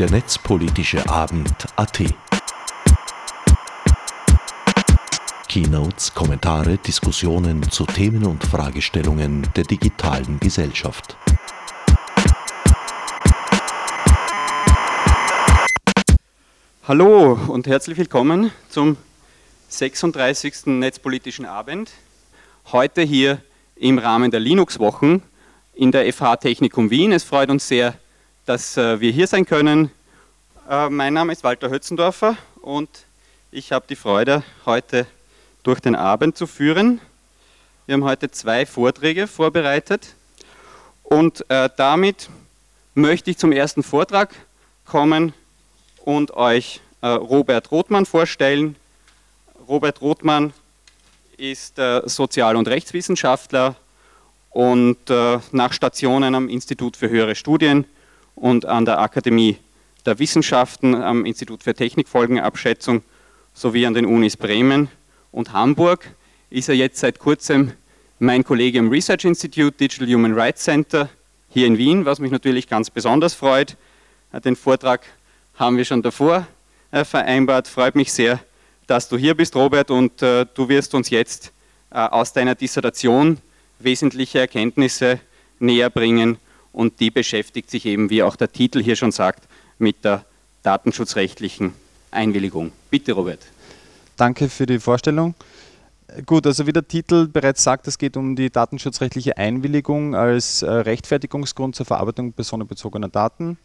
der Netzpolitische Abend.at. Keynotes, Kommentare, Diskussionen zu Themen und Fragestellungen der digitalen Gesellschaft. Hallo und herzlich willkommen zum 36. Netzpolitischen Abend. Heute hier im Rahmen der Linux-Wochen in der FH Technikum Wien. Es freut uns sehr, dass wir hier sein können. Mein Name ist Walter Hötzendorfer und ich habe die Freude, heute durch den Abend zu führen. Wir haben heute 2 Vorträge vorbereitet und damit möchte ich zum ersten Vortrag kommen und euch Robert Rothmann vorstellen. Robert Rothmann ist Sozial- und Rechtswissenschaftler und nach Stationen am Institut für höhere Studien und an der Akademie der Wissenschaften, am Institut für Technikfolgenabschätzung sowie an den Unis Bremen und Hamburg ist er jetzt seit kurzem mein Kollege im Research Institute Digital Human Rights Center hier in Wien, was mich natürlich ganz besonders freut. Den Vortrag haben wir schon davor vereinbart. Freut mich sehr, dass du hier bist, Robert, und du wirst uns jetzt aus deiner Dissertation wesentliche Erkenntnisse näher bringen und die beschäftigt sich eben, wie auch der Titel hier schon sagt, mit der datenschutzrechtlichen Einwilligung. Bitte, Robert. Danke für die Vorstellung. Gut, also wie der Titel bereits sagt, es geht um die datenschutzrechtliche Einwilligung als Rechtfertigungsgrund zur Verarbeitung personenbezogener Daten.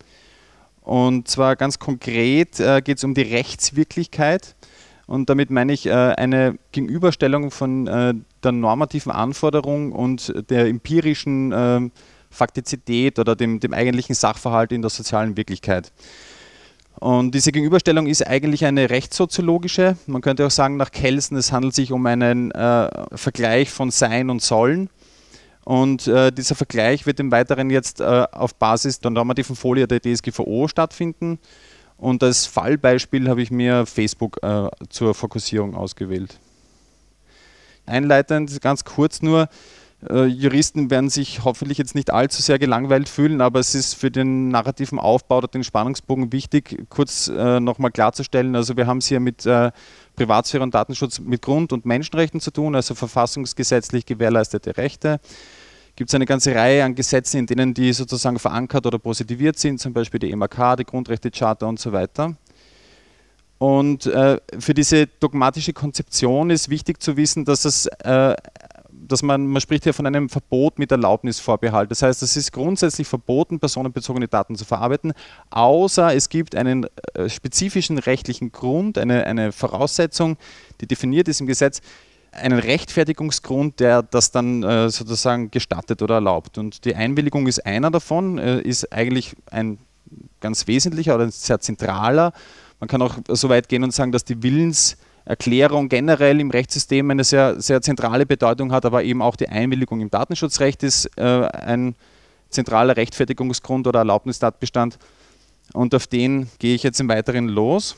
Und zwar ganz konkret geht es um die Rechtswirklichkeit. Und damit meine ich eine Gegenüberstellung von der normativen Anforderung und der empirischen Faktizität oder dem eigentlichen Sachverhalt in der sozialen Wirklichkeit. Und diese Gegenüberstellung ist eigentlich eine rechtssoziologische. Man könnte auch sagen, nach Kelsen, es handelt sich um einen Vergleich von Sein und Sollen. Und dieser Vergleich wird im Weiteren jetzt auf Basis der normativen Folie der DSGVO stattfinden. Und als Fallbeispiel habe ich mir Facebook zur Fokussierung ausgewählt. Einleitend, ganz kurz nur, Juristen werden sich hoffentlich jetzt nicht allzu sehr gelangweilt fühlen, aber es ist für den narrativen Aufbau oder den Spannungsbogen wichtig, kurz nochmal klarzustellen, also wir haben es hier mit Privatsphäre und Datenschutz mit Grund- und Menschenrechten zu tun, also verfassungsgesetzlich gewährleistete Rechte. Gibt es eine ganze Reihe an Gesetzen, in denen die sozusagen verankert oder positiviert sind, zum Beispiel die MAK, die Grundrechtecharta und so weiter. Und für diese dogmatische Konzeption ist wichtig zu wissen, dass man spricht hier von einem Verbot mit Erlaubnisvorbehalt. Das heißt, es ist grundsätzlich verboten, personenbezogene Daten zu verarbeiten, außer es gibt einen spezifischen rechtlichen Grund, eine Voraussetzung, die definiert ist im Gesetz, einen Rechtfertigungsgrund, der das dann sozusagen gestattet oder erlaubt. Und die Einwilligung ist einer davon, ist eigentlich ein ganz wesentlicher oder ein sehr zentraler. Man kann auch so weit gehen und sagen, dass die Willenserklärung generell im Rechtssystem eine sehr, sehr zentrale Bedeutung hat, aber eben auch die Einwilligung im Datenschutzrecht ist ein zentraler Rechtfertigungsgrund oder Erlaubnistatbestand. Und auf den gehe ich jetzt im Weiteren los.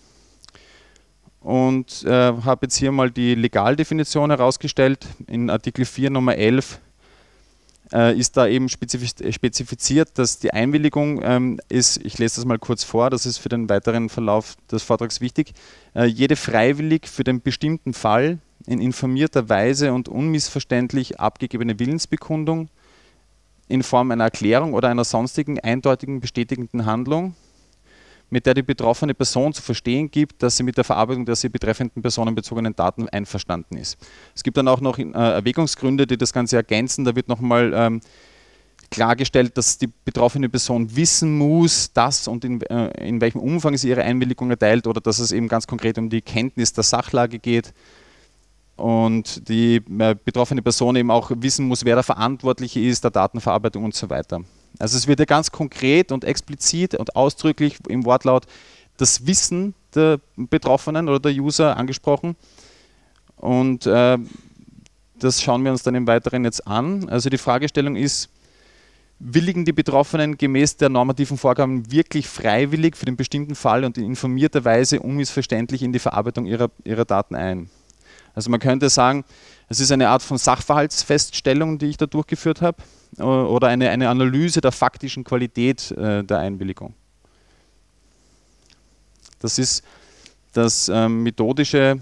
Und habe jetzt hier mal die Legaldefinition herausgestellt. In Artikel 4 Nummer 11 ist da eben spezifiziert, dass die Einwilligung ist, ich lese das mal kurz vor, das ist für den weiteren Verlauf des Vortrags wichtig, jede freiwillig für den bestimmten Fall in informierter Weise und unmissverständlich abgegebene Willensbekundung in Form einer Erklärung oder einer sonstigen eindeutigen bestätigenden Handlung, mit der die betroffene Person zu verstehen gibt, dass sie mit der Verarbeitung der sie betreffenden personenbezogenen Daten einverstanden ist. Es gibt dann auch noch Erwägungsgründe, die das Ganze ergänzen. Da wird nochmal klargestellt, dass die betroffene Person wissen muss, dass und in welchem Umfang sie ihre Einwilligung erteilt oder dass es eben ganz konkret um die Kenntnis der Sachlage geht und die betroffene Person eben auch wissen muss, wer der Verantwortliche ist, der Datenverarbeitung und so weiter. Also es wird ja ganz konkret und explizit und ausdrücklich im Wortlaut das Wissen der Betroffenen oder der User angesprochen und das schauen wir uns dann im Weiteren jetzt an. Also die Fragestellung ist, willigen die Betroffenen gemäß der normativen Vorgaben wirklich freiwillig für den bestimmten Fall und in informierter Weise unmissverständlich in die Verarbeitung ihrer Daten ein? Also man könnte sagen, es ist eine Art von Sachverhaltsfeststellung, die ich da durchgeführt habe, oder eine Analyse der faktischen Qualität der Einwilligung. Das ist das methodische,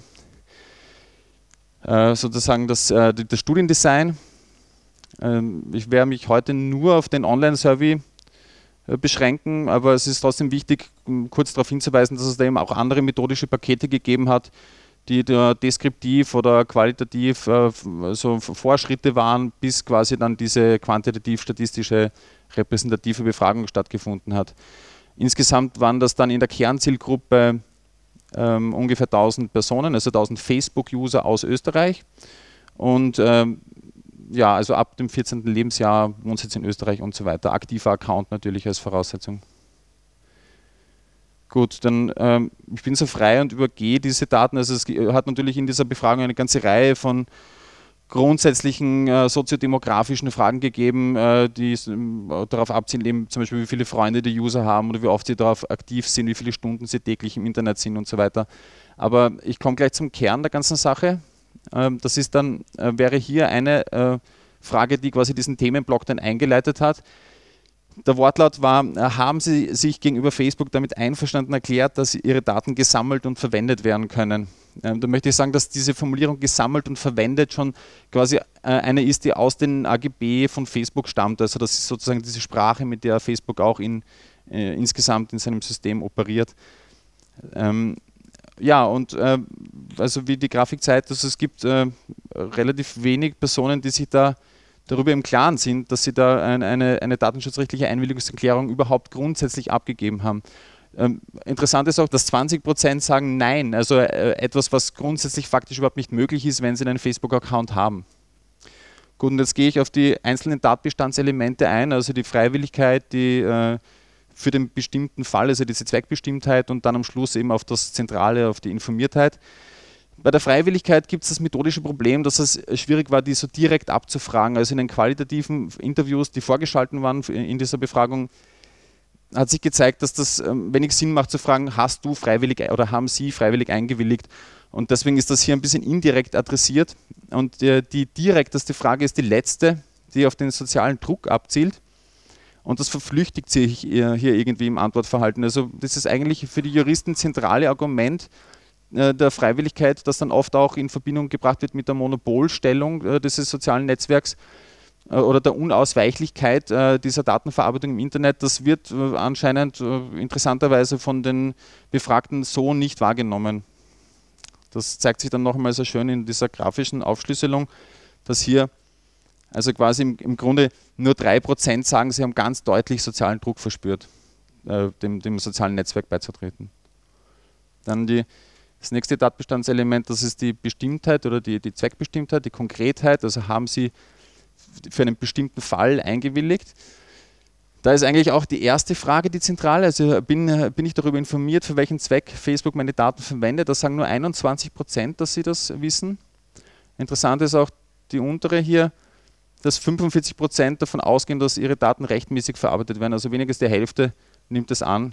sozusagen das Studiendesign. Ich werde mich heute nur auf den Online-Survey beschränken, aber es ist trotzdem wichtig, kurz darauf hinzuweisen, dass es da eben auch andere methodische Pakete gegeben hat, die da deskriptiv oder qualitativ so Vorschritte waren, bis quasi dann diese quantitativ-statistische repräsentative Befragung stattgefunden hat. Insgesamt waren das dann in der Kernzielgruppe ungefähr 1000 Personen, also 1000 Facebook-User aus Österreich und ja, also ab dem 14. Lebensjahr, Wohnsitz in Österreich und so weiter, aktiver Account natürlich als Voraussetzung. Gut, dann ich bin so frei und übergehe diese Daten. Also es hat natürlich in dieser Befragung eine ganze Reihe von grundsätzlichen soziodemografischen Fragen gegeben, die darauf abzielen, eben zum Beispiel wie viele Freunde die User haben oder wie oft sie darauf aktiv sind, wie viele Stunden sie täglich im Internet sind und so weiter. Aber ich komme gleich zum Kern der ganzen Sache. Das ist dann, wäre hier eine Frage, die quasi diesen Themenblock dann eingeleitet hat. Der Wortlaut war, haben Sie sich gegenüber Facebook damit einverstanden erklärt, dass Ihre Daten gesammelt und verwendet werden können? Da möchte ich sagen, dass diese Formulierung gesammelt und verwendet schon quasi eine ist, die aus den AGB von Facebook stammt. Also das ist sozusagen diese Sprache, mit der Facebook auch insgesamt in seinem System operiert. Ja, und also wie die Grafik zeigt, also es gibt relativ wenig Personen, die sich da darüber im Klaren sind, dass sie da eine datenschutzrechtliche Einwilligungserklärung überhaupt grundsätzlich abgegeben haben. Interessant ist auch, dass 20% sagen Nein, also etwas, was grundsätzlich faktisch überhaupt nicht möglich ist, wenn sie einen Facebook-Account haben. Gut, und jetzt gehe ich auf die einzelnen Tatbestandselemente ein, also die Freiwilligkeit, die für den bestimmten Fall, also diese Zweckbestimmtheit und dann am Schluss eben auf das Zentrale, auf die Informiertheit. Bei der Freiwilligkeit gibt es das methodische Problem, dass es schwierig war, die so direkt abzufragen. Also in den qualitativen Interviews, die vorgeschaltet waren in dieser Befragung, hat sich gezeigt, dass das wenig Sinn macht zu fragen, hast du freiwillig oder haben Sie freiwillig eingewilligt? Und deswegen ist das hier ein bisschen indirekt adressiert. Und die direkteste Frage ist die letzte, die auf den sozialen Druck abzielt. Und das verflüchtigt sich hier irgendwie im Antwortverhalten. Also das ist eigentlich für die Juristen zentrale Argument der Freiwilligkeit, das dann oft auch in Verbindung gebracht wird mit der Monopolstellung dieses sozialen Netzwerks oder der Unausweichlichkeit dieser Datenverarbeitung im Internet. Das wird anscheinend interessanterweise von den Befragten so nicht wahrgenommen. Das zeigt sich dann noch einmal sehr schön in dieser grafischen Aufschlüsselung, dass hier also quasi im Grunde nur 3% sagen, sie haben ganz deutlich sozialen Druck verspürt, dem sozialen Netzwerk beizutreten. Dann das nächste Tatbestandselement, das ist die Bestimmtheit oder die Zweckbestimmtheit, die Konkretheit, also haben Sie für einen bestimmten Fall eingewilligt. Da ist eigentlich auch die erste Frage die zentrale, also bin ich darüber informiert, für welchen Zweck Facebook meine Daten verwendet, da sagen nur 21%, dass sie das wissen. Interessant ist auch die untere hier, dass 45% davon ausgehen, dass ihre Daten rechtmäßig verarbeitet werden, also weniger als die Hälfte nimmt es an.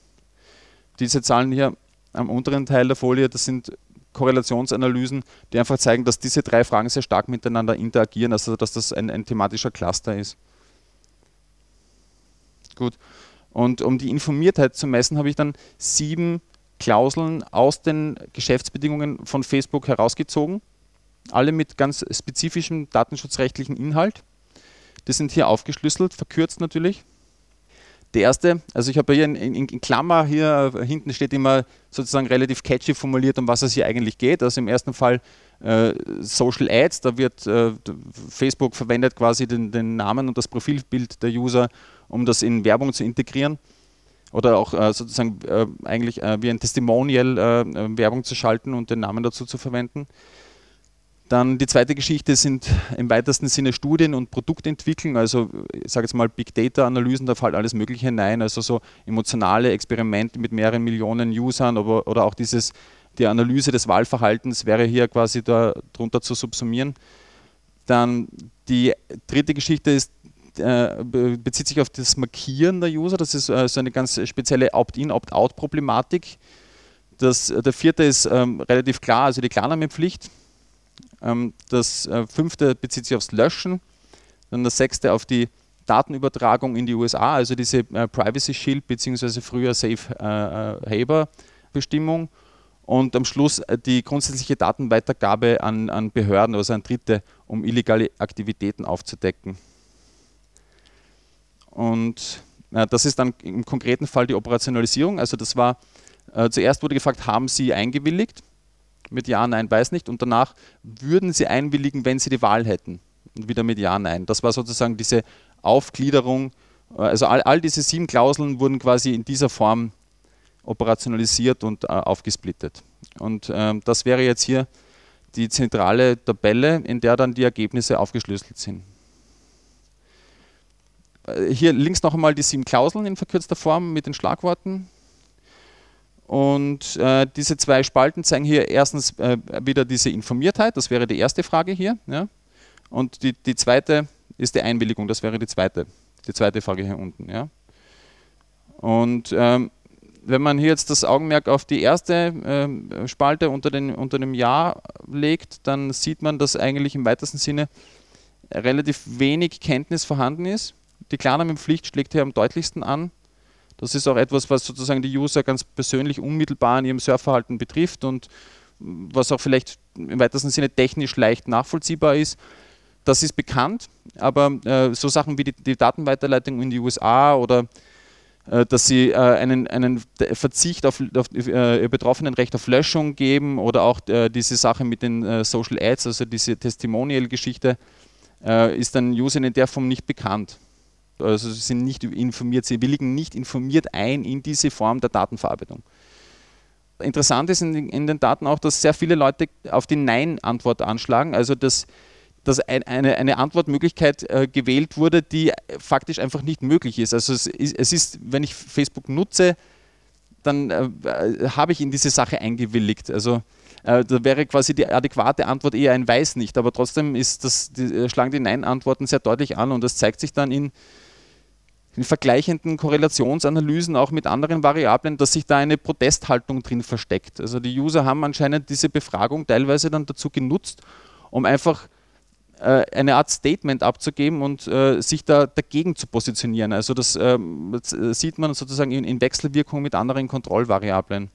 Diese Zahlen hier am unteren Teil der Folie, das sind Korrelationsanalysen, die einfach zeigen, dass diese drei Fragen sehr stark miteinander interagieren, also dass das ein thematischer Cluster ist. Gut, und um die Informiertheit zu messen, habe ich dann 7 Klauseln aus den Geschäftsbedingungen von Facebook herausgezogen, alle mit ganz spezifischem datenschutzrechtlichen Inhalt. Die sind hier aufgeschlüsselt, verkürzt natürlich. Die erste, also ich habe hier in Klammer, hier hinten steht immer sozusagen relativ catchy formuliert, um was es hier eigentlich geht. Also im ersten Fall Social Ads, da wird Facebook verwendet quasi den Namen und das Profilbild der User, um das in Werbung zu integrieren oder auch sozusagen eigentlich wie ein Testimonial Werbung zu schalten und den Namen dazu zu verwenden. Dann die zweite Geschichte sind im weitesten Sinne Studien und Produktentwicklung, also ich sage jetzt mal Big Data Analysen, da fällt alles Mögliche hinein, also so emotionale Experimente mit mehreren Millionen Usern oder auch die Analyse des Wahlverhaltens wäre hier quasi darunter zu subsumieren. Dann die dritte Geschichte ist, bezieht sich auf das Markieren der User, das ist so eine ganz spezielle Opt-in, Opt-out-Problematik. Der vierte ist relativ klar, also die Klarnamepflicht. Das fünfte bezieht sich aufs Löschen, dann das sechste auf die Datenübertragung in die USA, also diese Privacy Shield bzw. früher Safe Harbor Bestimmung und am Schluss die grundsätzliche Datenweitergabe an Behörden, also an Dritte, um illegale Aktivitäten aufzudecken. Und das ist dann im konkreten Fall die Operationalisierung. Also das war, zuerst wurde gefragt, haben Sie eingewilligt? Mit Ja, Nein, weiß nicht. Und danach würden Sie einwilligen, wenn Sie die Wahl hätten. Und wieder mit Ja, Nein. Das war sozusagen diese Aufgliederung. Also all diese 7 Klauseln wurden quasi in dieser Form operationalisiert und aufgesplittet. Und das wäre jetzt hier die zentrale Tabelle, in der dann die Ergebnisse aufgeschlüsselt sind. Hier links noch einmal die 7 Klauseln in verkürzter Form mit den Schlagworten. Und diese 2 Spalten zeigen hier erstens wieder diese Informiertheit, das wäre die erste Frage hier. Ja? Und die zweite ist die Einwilligung, das wäre die zweite Frage hier unten. Ja? Und wenn man hier jetzt das Augenmerk auf die erste Spalte unter dem Ja legt, dann sieht man, dass eigentlich im weitesten Sinne relativ wenig Kenntnis vorhanden ist. Die Klarnamenpflicht schlägt hier am deutlichsten an. Das ist auch etwas, was sozusagen die User ganz persönlich unmittelbar in ihrem Surfverhalten betrifft und was auch vielleicht im weitesten Sinne technisch leicht nachvollziehbar ist. Das ist bekannt, aber so Sachen wie die Datenweiterleitung in die USA oder dass sie einen Verzicht auf ihr Betroffenenrecht auf Löschung geben oder auch diese Sache mit den Social Ads, also diese Testimonial-Geschichte, ist den Usern in der Form nicht bekannt. Also sie sind nicht informiert, sie willigen nicht informiert ein in diese Form der Datenverarbeitung. Interessant ist in den Daten auch, dass sehr viele Leute auf die Nein-Antwort anschlagen, also dass eine Antwortmöglichkeit gewählt wurde, die faktisch einfach nicht möglich ist. Also es ist, wenn ich Facebook nutze, dann habe ich in diese Sache eingewilligt. Also da wäre quasi die adäquate Antwort eher ein Weiß nicht, aber trotzdem schlagen die Nein-Antworten sehr deutlich an und das zeigt sich dann in vergleichenden Korrelationsanalysen auch mit anderen Variablen, dass sich da eine Protesthaltung drin versteckt. Also die User haben anscheinend diese Befragung teilweise dann dazu genutzt, um einfach eine Art Statement abzugeben und sich da dagegen zu positionieren. Also das sieht man sozusagen in Wechselwirkung mit anderen Kontrollvariablen.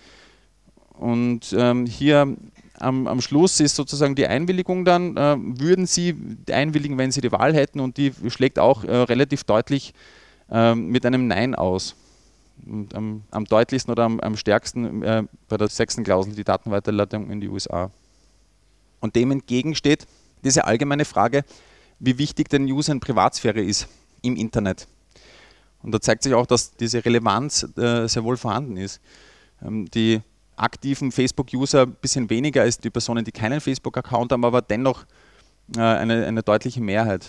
Und hier am Schluss ist sozusagen die Einwilligung dann, würden Sie einwilligen, wenn Sie die Wahl hätten, und die schlägt auch relativ deutlich mit einem Nein aus. Und am deutlichsten oder am stärksten bei der 6. Klausel die Datenweiterleitung in die USA. Und dem entgegen steht diese allgemeine Frage, wie wichtig den Usern Privatsphäre ist im Internet. Und da zeigt sich auch, dass diese Relevanz sehr wohl vorhanden ist. Die aktiven Facebook-User ein bisschen weniger als die Personen, die keinen Facebook-Account haben, aber dennoch eine deutliche Mehrheit.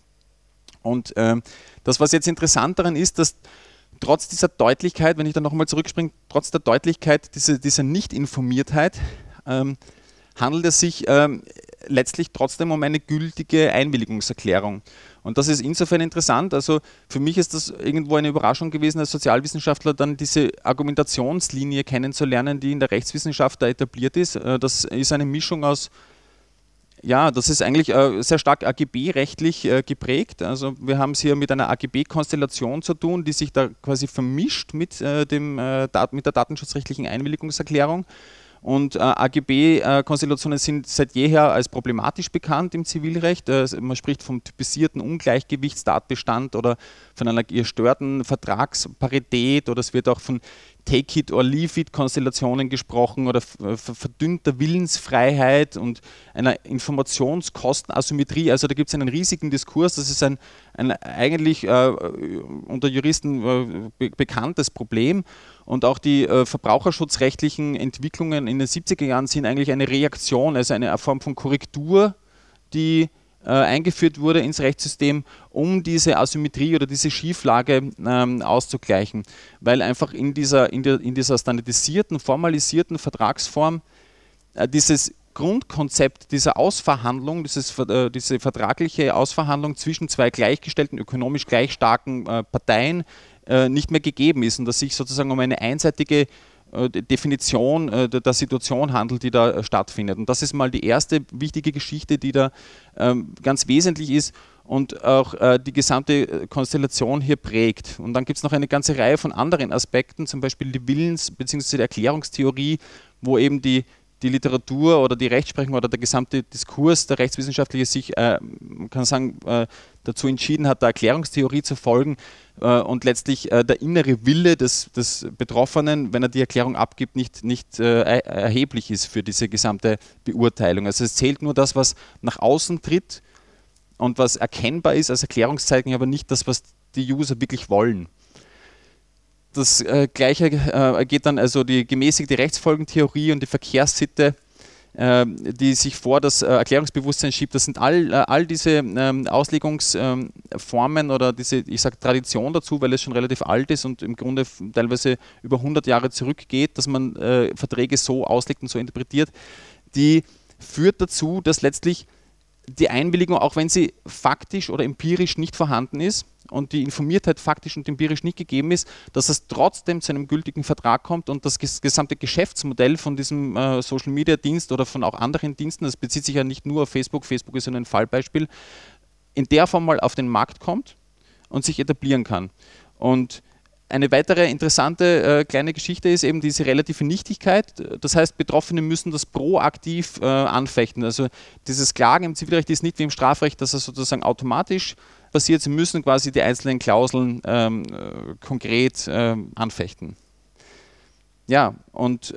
Und das, was jetzt interessant daran ist, dass trotz dieser Deutlichkeit, wenn ich dann nochmal zurückspringe, trotz der Deutlichkeit dieser Nicht-Informiertheit, handelt es sich letztlich trotzdem um eine gültige Einwilligungserklärung. Und das ist insofern interessant, also für mich ist das irgendwo eine Überraschung gewesen, als Sozialwissenschaftler dann diese Argumentationslinie kennenzulernen, die in der Rechtswissenschaft da etabliert ist. Das ist eine Mischung aus, ja, das ist eigentlich sehr stark AGB-rechtlich geprägt. Also wir haben es hier mit einer AGB-Konstellation zu tun, die sich da quasi vermischt mit der datenschutzrechtlichen Einwilligungserklärung. Und AGB-Konstellationen sind seit jeher als problematisch bekannt im Zivilrecht. Man spricht vom typisierten Ungleichgewichtstatbestand oder von einer gestörten Vertragsparität, oder es wird auch von Take-it-or-leave-it-Konstellationen gesprochen oder verdünnter Willensfreiheit und einer Informationskostenasymmetrie. Also da gibt es einen riesigen Diskurs, das ist ein eigentlich unter Juristen bekanntes Problem. Und auch die verbraucherschutzrechtlichen Entwicklungen in den 70er Jahren sind eigentlich eine Reaktion, also eine Form von Korrektur, die eingeführt wurde ins Rechtssystem, um diese Asymmetrie oder diese Schieflage auszugleichen. Weil einfach in dieser standardisierten, formalisierten Vertragsform dieses Grundkonzept dieser Ausverhandlung, diese vertragliche Ausverhandlung zwischen zwei gleichgestellten, ökonomisch gleich starken Parteien nicht mehr gegeben ist und dass sich sozusagen um eine einseitige Definition der Situation handelt, die da stattfindet. Und das ist mal die erste wichtige Geschichte, die da ganz wesentlich ist und auch die gesamte Konstellation hier prägt. Und dann gibt es noch eine ganze Reihe von anderen Aspekten, zum Beispiel die Willens- bzw. die Erklärungstheorie, wo eben die Literatur oder die Rechtsprechung oder der gesamte Diskurs, der rechtswissenschaftliche sich, man kann sagen, dazu entschieden hat, der Erklärungstheorie zu folgen und letztlich der innere Wille des Betroffenen, wenn er die Erklärung abgibt, nicht erheblich ist für diese gesamte Beurteilung. Also es zählt nur das, was nach außen tritt und was erkennbar ist als Erklärungszeichen, aber nicht das, was die User wirklich wollen. Das Gleiche geht dann also die gemäßigte Rechtsfolgentheorie und die Verkehrssitte, die sich vor das Erklärungsbewusstsein schiebt. Das sind all diese Auslegungsformen oder diese, ich sage Tradition dazu, weil es schon relativ alt ist und im Grunde teilweise über 100 Jahre zurückgeht, dass man Verträge so auslegt und so interpretiert, die führt dazu, dass letztlich die Einwilligung, auch wenn sie faktisch oder empirisch nicht vorhanden ist und die Informiertheit faktisch und empirisch nicht gegeben ist, dass es trotzdem zu einem gültigen Vertrag kommt und das gesamte Geschäftsmodell von diesem Social-Media-Dienst oder von auch anderen Diensten, das bezieht sich ja nicht nur auf Facebook, Facebook ist ein Fallbeispiel, in der Form mal auf den Markt kommt und sich etablieren kann. Und eine weitere interessante kleine Geschichte ist eben diese relative Nichtigkeit. Das heißt, Betroffene müssen das proaktiv anfechten. Also dieses Klagen im Zivilrecht ist nicht wie im Strafrecht, dass es sozusagen automatisch passiert. Sie müssen quasi die einzelnen Klauseln konkret anfechten. Ja, und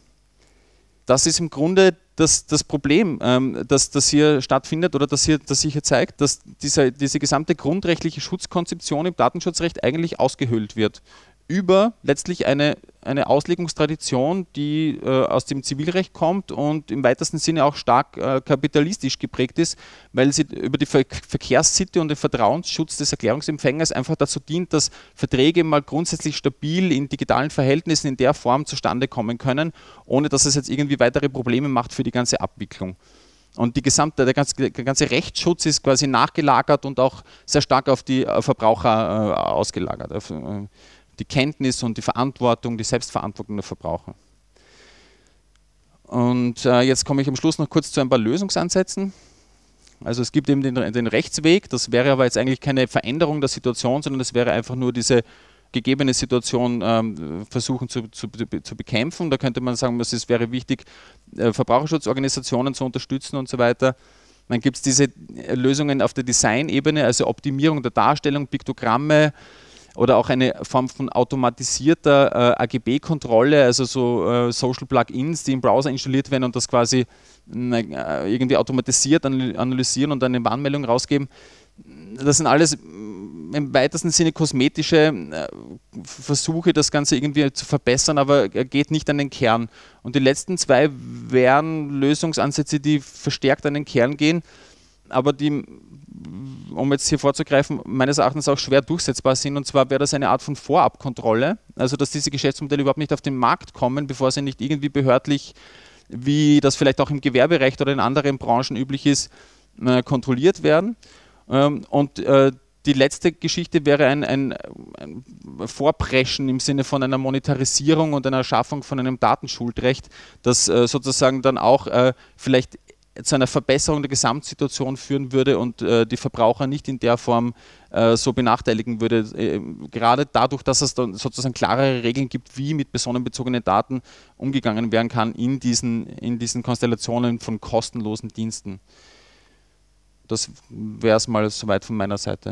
das ist im Grunde das Problem, das hier stattfindet oder das sich hier zeigt, dass diese gesamte grundrechtliche Schutzkonzeption im Datenschutzrecht eigentlich ausgehöhlt wird über letztlich eine Auslegungstradition, die aus dem Zivilrecht kommt und im weitesten Sinne auch stark kapitalistisch geprägt ist, weil sie über die Verkehrssitte und den Vertrauensschutz des Erklärungsempfängers einfach dazu dient, dass Verträge mal grundsätzlich stabil in digitalen Verhältnissen in der Form zustande kommen können, ohne dass es jetzt irgendwie weitere Probleme macht für die ganze Abwicklung. Und der ganze Rechtsschutz ist quasi nachgelagert und auch sehr stark auf die Verbraucher ausgelagert, auf die Kenntnis und die Verantwortung, die Selbstverantwortung der Verbraucher. Und jetzt komme ich am Schluss noch kurz zu ein paar Lösungsansätzen. Also es gibt eben den Rechtsweg, das wäre aber jetzt eigentlich keine Veränderung der Situation, sondern das wäre einfach nur diese gegebene Situation versuchen zu bekämpfen. Da könnte man sagen, es wäre wichtig, Verbraucherschutzorganisationen zu unterstützen und so weiter. Dann gibt es diese Lösungen auf der Designebene, also Optimierung der Darstellung, Piktogramme, oder auch eine Form von automatisierter AGB-Kontrolle, also so Social Plugins, die im Browser installiert werden und das quasi irgendwie automatisiert analysieren und dann eine Warnmeldung rausgeben. Das sind alles im weitesten Sinne kosmetische Versuche, das Ganze irgendwie zu verbessern, aber geht nicht an den Kern. Und die letzten zwei wären Lösungsansätze, die verstärkt an den Kern gehen, aber die, um jetzt hier vorzugreifen, meines Erachtens auch schwer durchsetzbar sind. Und zwar wäre das eine Art von Vorabkontrolle, also dass diese Geschäftsmodelle überhaupt nicht auf den Markt kommen, bevor sie nicht irgendwie behördlich, wie das vielleicht auch im Gewerberecht oder in anderen Branchen üblich ist, kontrolliert werden. Und die letzte Geschichte wäre ein Vorpreschen im Sinne von einer Monetarisierung und einer Schaffung von einem Datenschuldrecht, das sozusagen dann auch vielleicht zu einer Verbesserung der Gesamtsituation führen würde und die Verbraucher nicht in der Form so benachteiligen würde. Gerade dadurch, dass es dann sozusagen klarere Regeln gibt, wie mit personenbezogenen Daten umgegangen werden kann in diesen Konstellationen von kostenlosen Diensten. Das wäre es mal soweit von meiner Seite.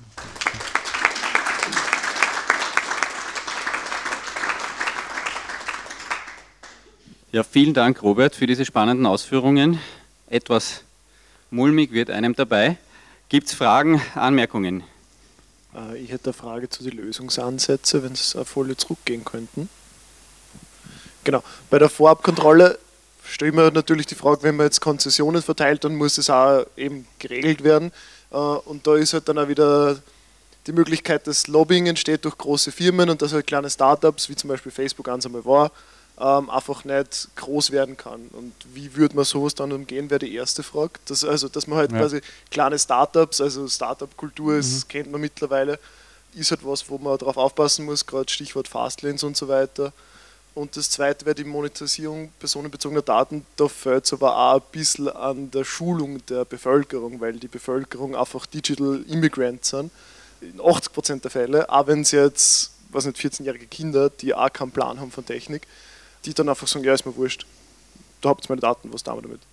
Ja, vielen Dank, Robert, für diese spannenden Ausführungen. Etwas mulmig wird einem dabei. Gibt es Fragen, Anmerkungen? Ich hätte eine Frage zu den Lösungsansätzen, wenn Sie eine Folie zurückgehen könnten. Genau, bei der Vorabkontrolle stelle ich mir natürlich die Frage, wenn man jetzt Konzessionen verteilt, dann muss es auch eben geregelt werden. Und da ist halt dann auch wieder die Möglichkeit, dass Lobbying entsteht durch große Firmen und dass halt kleine Startups, wie zum Beispiel Facebook eins einmal war, einfach nicht groß werden kann. Und wie würde man sowas dann umgehen, wäre die erste Frage. Dass man halt quasi kleine Startups, also Startup-Kultur, kennt man mittlerweile, ist halt was, wo man darauf aufpassen muss, gerade Stichwort Fastlanes und so weiter. Und das zweite wäre die Monetarisierung personenbezogener Daten. Da fehlt es aber auch ein bisschen an der Schulung der Bevölkerung, weil die Bevölkerung einfach Digital Immigrants sind. In 80% der Fälle, auch wenn sie jetzt, 14-jährige Kinder, die auch keinen Plan haben von Technik, die dann einfach sagen, ja, ist mir wurscht. Da habt ihr meine Daten, was tun wir damit?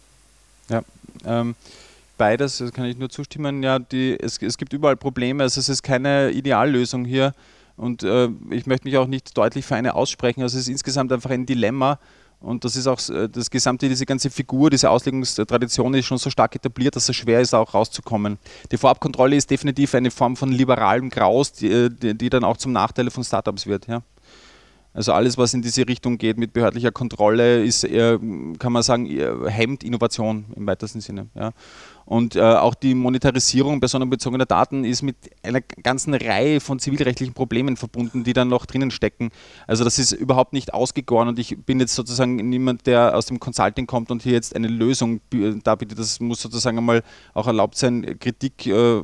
Ja, beides, das kann ich nur zustimmen. Ja, es gibt überall Probleme, also es ist keine Ideallösung hier. Und ich möchte mich auch nicht deutlich für eine aussprechen. Also es ist insgesamt einfach ein Dilemma. Und das ist auch diese ganze Figur, diese Auslegungstradition ist schon so stark etabliert, dass es schwer ist, auch rauszukommen. Die Vorabkontrolle ist definitiv eine Form von liberalem Graus, die dann auch zum Nachteil von Startups wird. Ja? Also alles, was in diese Richtung geht mit behördlicher Kontrolle, ist eher, kann man sagen, hemmt Innovation im weitesten Sinne. Ja. Und auch die Monetarisierung personenbezogener Daten ist mit einer ganzen Reihe von zivilrechtlichen Problemen verbunden, die dann noch drinnen stecken. Also das ist überhaupt nicht ausgegoren und ich bin jetzt sozusagen niemand, der aus dem Consulting kommt und hier jetzt eine Lösung darbietet. Das muss sozusagen einmal auch erlaubt sein, Kritik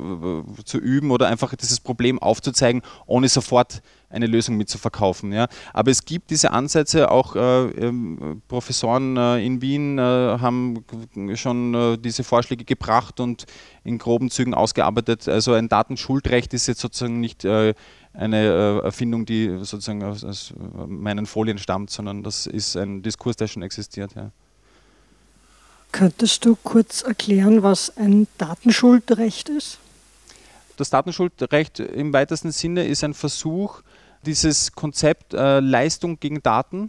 zu üben oder einfach dieses Problem aufzuzeigen, ohne sofort eine Lösung mitzuverkaufen. Ja. Aber es gibt diese Ansätze, auch Professoren in Wien haben schon diese Vorschläge gebracht und in groben Zügen ausgearbeitet. Also ein Datenschuldrecht ist jetzt sozusagen nicht eine Erfindung, die sozusagen aus meinen Folien stammt, sondern das ist ein Diskurs, der schon existiert. Ja. Könntest du kurz erklären, was ein Datenschuldrecht ist? Das Datenschuldrecht im weitesten Sinne ist ein Versuch, dieses Konzept Leistung gegen Daten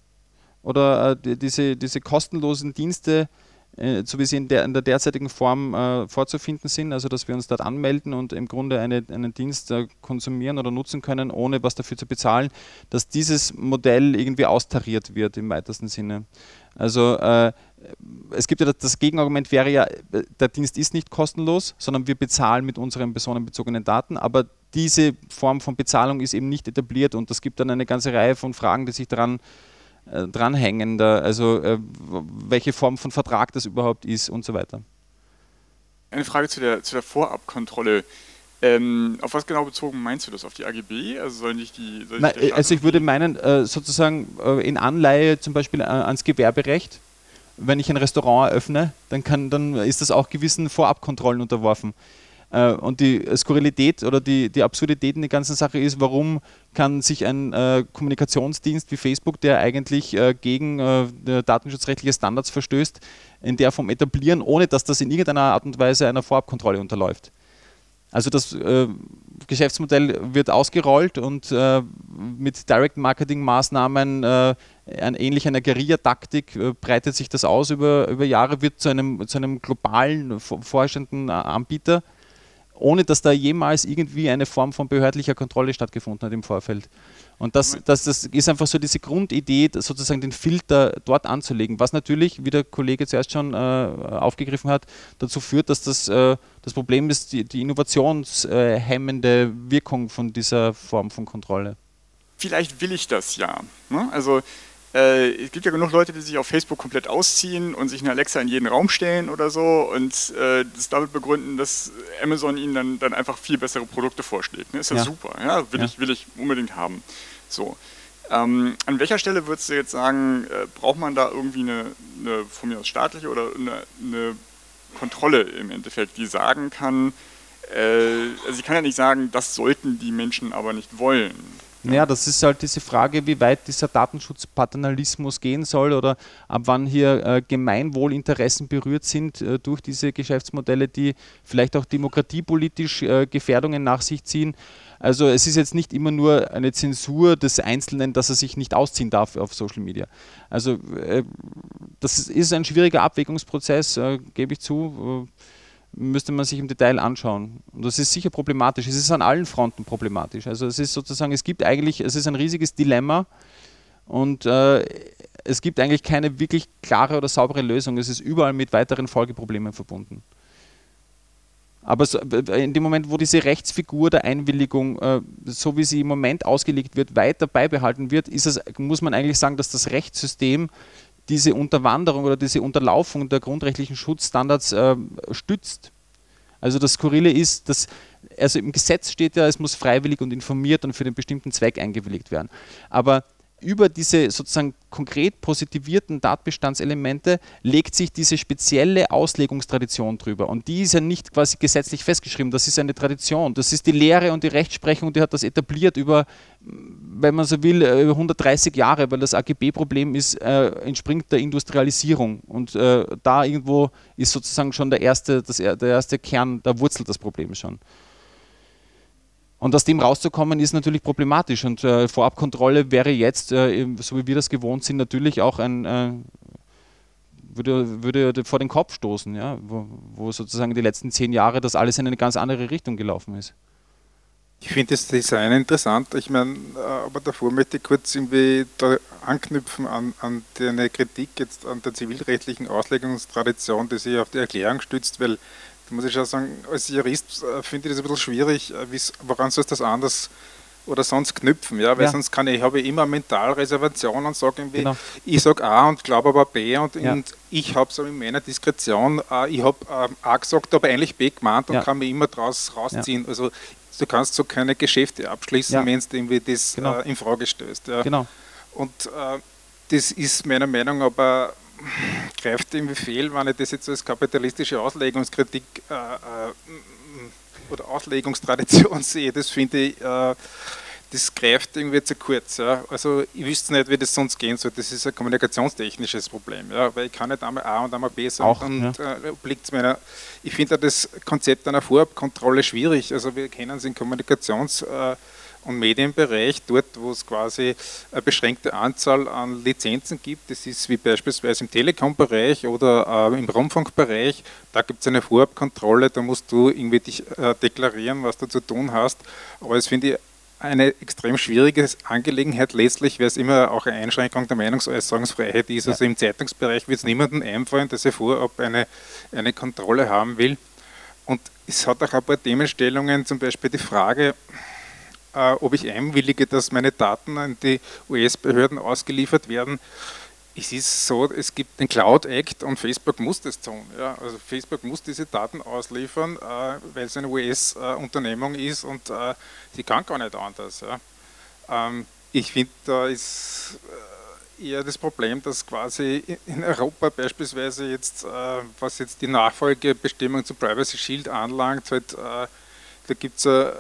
oder diese kostenlosen Dienste, so wie sie in der derzeitigen Form vorzufinden sind, also dass wir uns dort anmelden und im Grunde einen Dienst konsumieren oder nutzen können, ohne was dafür zu bezahlen, dass dieses Modell irgendwie austariert wird im weitesten Sinne. Also es gibt ja das Gegenargument wäre ja, der Dienst ist nicht kostenlos, sondern wir bezahlen mit unseren personenbezogenen Daten, aber diese Form von Bezahlung ist eben nicht etabliert und es gibt dann eine ganze Reihe von Fragen, die sich dranhängen, also welche Form von Vertrag das überhaupt ist und so weiter. Eine Frage zu der Vorabkontrolle. Auf was genau bezogen meinst du das? Auf die AGB? Also sollen nicht die... Also ich würde meinen, sozusagen in Anleihe zum Beispiel ans Gewerberecht, wenn ich ein Restaurant eröffne, dann ist das auch gewissen Vorabkontrollen unterworfen. Und die Skurrilität oder die Absurdität in der ganzen Sache ist, warum kann sich ein Kommunikationsdienst wie Facebook, der eigentlich gegen datenschutzrechtliche Standards verstößt, in der Form etablieren, ohne dass das in irgendeiner Art und Weise einer Vorabkontrolle unterläuft. Also das Geschäftsmodell wird ausgerollt und mit Direct-Marketing-Maßnahmen ähnlich einer Guerilla-Taktik breitet sich das aus über Jahre, wird zu einem globalen forschenden Anbieter, ohne dass da jemals irgendwie eine Form von behördlicher Kontrolle stattgefunden hat im Vorfeld. Und das ist einfach so diese Grundidee, sozusagen den Filter dort anzulegen, was natürlich, wie der Kollege zuerst schon aufgegriffen hat, dazu führt, dass das Problem ist, die innovationshemmende Wirkung von dieser Form von Kontrolle. Vielleicht will ich das ja. Ne? Also es gibt ja genug Leute, die sich auf Facebook komplett ausziehen und sich eine Alexa in jeden Raum stellen oder so und das damit begründen, dass Amazon ihnen dann einfach viel bessere Produkte vorschlägt. Ne? Ist ja super, ja? Will ich unbedingt haben. So. An welcher Stelle würdest du jetzt sagen, braucht man da irgendwie eine von mir aus staatliche oder eine Kontrolle im Endeffekt, die sagen kann, also ich kann ja nicht sagen, das sollten die Menschen aber nicht wollen. Ja, das ist halt diese Frage, wie weit dieser Datenschutzpaternalismus gehen soll oder ab wann hier Gemeinwohlinteressen berührt sind durch diese Geschäftsmodelle, die vielleicht auch demokratiepolitisch Gefährdungen nach sich ziehen. Also es ist jetzt nicht immer nur eine Zensur des Einzelnen, dass er sich nicht ausziehen darf auf Social Media. Also das ist ein schwieriger Abwägungsprozess, gebe ich zu. Müsste man sich im Detail anschauen. Und das ist sicher problematisch. Es ist an allen Fronten problematisch. Also es ist sozusagen, es ist ein riesiges Dilemma und es gibt eigentlich keine wirklich klare oder saubere Lösung. Es ist überall mit weiteren Folgeproblemen verbunden. Aber in dem Moment, wo diese Rechtsfigur der Einwilligung, so wie sie im Moment ausgelegt wird, weiter beibehalten wird, muss man eigentlich sagen, dass das Rechtssystem diese Unterwanderung oder diese Unterlaufung der grundrechtlichen Schutzstandards stützt. Also das Skurrile ist, also im Gesetz steht ja, es muss freiwillig und informiert und für den bestimmten Zweck eingewilligt werden. Aber über diese sozusagen konkret positivierten Tatbestandselemente legt sich diese spezielle Auslegungstradition drüber. Und die ist ja nicht quasi gesetzlich festgeschrieben, das ist eine Tradition. Das ist die Lehre und die Rechtsprechung, die hat das etabliert über, wenn man so will, 130 Jahre, weil das AGB-Problem entspringt der Industrialisierung. Und da irgendwo ist sozusagen schon der erste Kern, da wurzelt das Problem schon. Und aus dem rauszukommen ist natürlich problematisch und Vorabkontrolle wäre jetzt, so wie wir das gewohnt sind, natürlich auch würde vor den Kopf stoßen, ja? Wo sozusagen die letzten 10 Jahre das alles in eine ganz andere Richtung gelaufen ist. Ich finde das Design interessant, ich meine, aber davor möchte ich kurz irgendwie da anknüpfen an deine Kritik jetzt an der zivilrechtlichen Auslegungstradition, die sich auf die Erklärung stützt, weil da muss ich schon sagen, als Jurist finde ich das ein bisschen schwierig, woran soll das anders oder sonst knüpfen, ja? Weil ja. Sonst habe ich immer Mentalreservation und sage irgendwie, genau. Ich sage A und glaube aber B und ich habe so in meiner Diskretion, ich habe A gesagt, aber eigentlich B gemeint und kann mich immer daraus rausziehen. Ja. Also du kannst so keine Geschäfte abschließen, wenn du irgendwie das in Frage stößt. Ja. Genau. Und das ist meiner Meinung nach aber greift irgendwie fehl, wenn ich das jetzt als kapitalistische Auslegungskritik oder Auslegungstradition sehe. Das finde ich, das greift irgendwie zu kurz. Ja. Also ich wüsste nicht, wie das sonst gehen soll. Das ist ein kommunikationstechnisches Problem, ja, weil ich kann nicht einmal A und einmal B sagen. Ich finde das Konzept einer Vorabkontrolle schwierig. Also wir kennen es im Kommunikations- und Medienbereich, dort wo es quasi eine beschränkte Anzahl an Lizenzen gibt, das ist wie beispielsweise im Telekom-Bereich oder im Rundfunkbereich, da gibt es eine Vorabkontrolle, da musst du irgendwie dich deklarieren, was du zu tun hast, aber das finde ich eine extrem schwierige Angelegenheit letztlich, weil es immer auch eine Einschränkung der Meinungsäußerungsfreiheit ist, also im Zeitungsbereich wird es niemandem einfallen, dass er vorab eine Kontrolle haben will und es hat auch ein paar Themenstellungen, zum Beispiel die Frage, ob ich einwillige, dass meine Daten an die US-Behörden ausgeliefert werden. Es ist so, es gibt den Cloud Act und Facebook muss das tun. Ja. Also Facebook muss diese Daten ausliefern, weil es eine US-Unternehmung ist und sie kann gar nicht anders. Ja. Ich finde, da ist eher das Problem, dass quasi in Europa beispielsweise jetzt, was jetzt die Nachfolgebestimmung zum Privacy Shield anlangt, halt da gibt es eine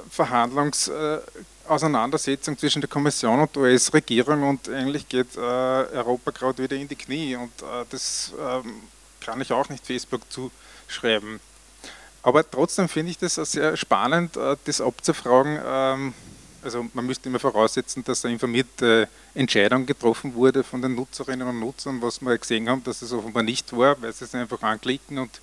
Verhandlungsauseinandersetzung zwischen der Kommission und der US-Regierung und eigentlich geht Europa gerade wieder in die Knie und das kann ich auch nicht Facebook zuschreiben. Aber trotzdem finde ich das sehr spannend, das abzufragen. Also man müsste immer voraussetzen, dass eine informierte Entscheidung getroffen wurde von den Nutzerinnen und Nutzern, was wir gesehen haben, dass es offenbar nicht war, weil sie es einfach anklicken und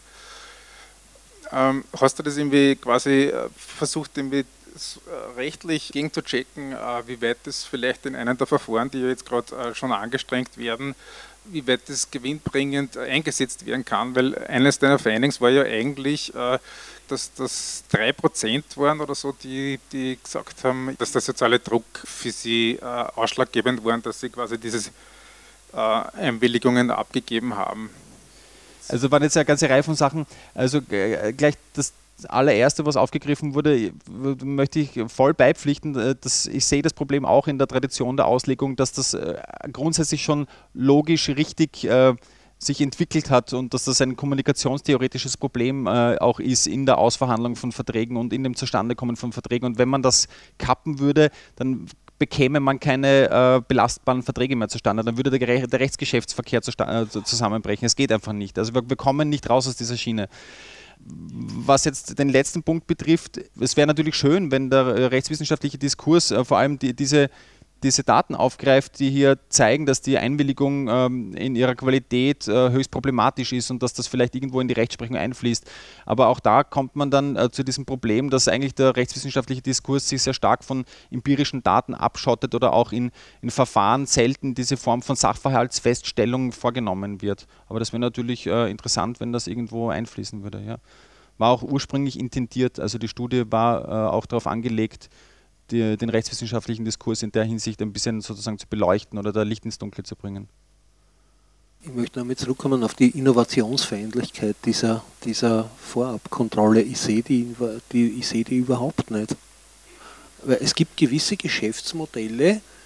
hast du das irgendwie quasi versucht, irgendwie rechtlich gegen zu checken, wie weit das vielleicht in einem der Verfahren, die ja jetzt gerade schon angestrengt werden, wie weit das gewinnbringend eingesetzt werden kann? Weil eines deiner Findings war ja eigentlich, dass das 3% waren oder so, die gesagt haben, dass der soziale Druck für sie ausschlaggebend war, dass sie quasi diese Einwilligungen abgegeben haben. Also waren jetzt eine ganze Reihe von Sachen, also gleich das allererste, was aufgegriffen wurde, möchte ich voll beipflichten, ich sehe das Problem auch in der Tradition der Auslegung, dass das grundsätzlich schon logisch richtig sich entwickelt hat und dass das ein kommunikationstheoretisches Problem auch ist in der Ausverhandlung von Verträgen und in dem Zustandekommen von Verträgen und wenn man das kappen würde, dann bekäme man keine belastbaren Verträge mehr zustande, dann würde der Rechtsgeschäftsverkehr zusammenbrechen. Es geht einfach nicht. Also wir kommen nicht raus aus dieser Schiene. Was jetzt den letzten Punkt betrifft, es wäre natürlich schön, wenn der rechtswissenschaftliche Diskurs vor allem diese Daten aufgreift, die hier zeigen, dass die Einwilligung in ihrer Qualität höchst problematisch ist und dass das vielleicht irgendwo in die Rechtsprechung einfließt. Aber auch da kommt man dann zu diesem Problem, dass eigentlich der rechtswissenschaftliche Diskurs sich sehr stark von empirischen Daten abschottet oder auch in Verfahren selten diese Form von Sachverhaltsfeststellung vorgenommen wird. Aber das wäre natürlich interessant, wenn das irgendwo einfließen würde. Ja. War auch ursprünglich intendiert, also die Studie war auch darauf angelegt, den rechtswissenschaftlichen Diskurs in der Hinsicht ein bisschen sozusagen zu beleuchten oder da Licht ins Dunkle zu bringen. Ich möchte damit zurückkommen auf die Innovationsfeindlichkeit dieser Vorabkontrolle. Ich sehe die überhaupt nicht. Weil es gibt gewisse Geschäftsmodelle,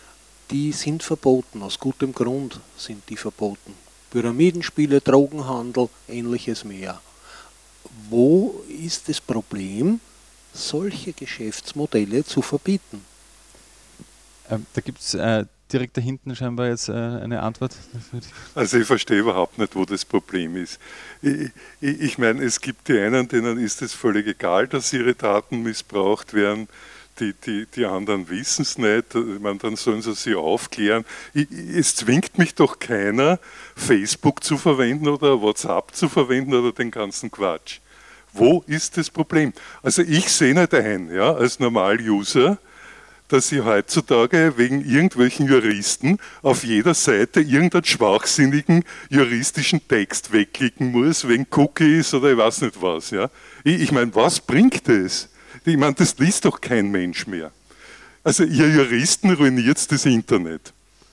die sind verboten, aus gutem Grund sind die verboten. Pyramidenspiele, Drogenhandel, ähnliches mehr. Wo ist das Problem, solche Geschäftsmodelle zu verbieten? Da gibt es direkt da hinten scheinbar jetzt eine Antwort. Also ich verstehe überhaupt nicht, wo das Problem ist. Ich meine, es gibt die einen, denen ist es völlig egal, dass ihre Daten missbraucht werden. Die anderen wissen es nicht, ich meine, dann sollen sie aufklären. Es zwingt mich doch keiner, Facebook zu verwenden oder WhatsApp zu verwenden oder den ganzen Quatsch. Wo ist das Problem? Also ich sehe nicht ein, ja, als Normal-User, dass ich heutzutage wegen irgendwelchen Juristen auf jeder Seite irgendeinen schwachsinnigen juristischen Text wegklicken muss, wegen Cookies oder ich weiß nicht was. Ja. Ich meine, was bringt das? Ich meine, das liest doch kein Mensch mehr. Also ihr Juristen ruiniert das Internet.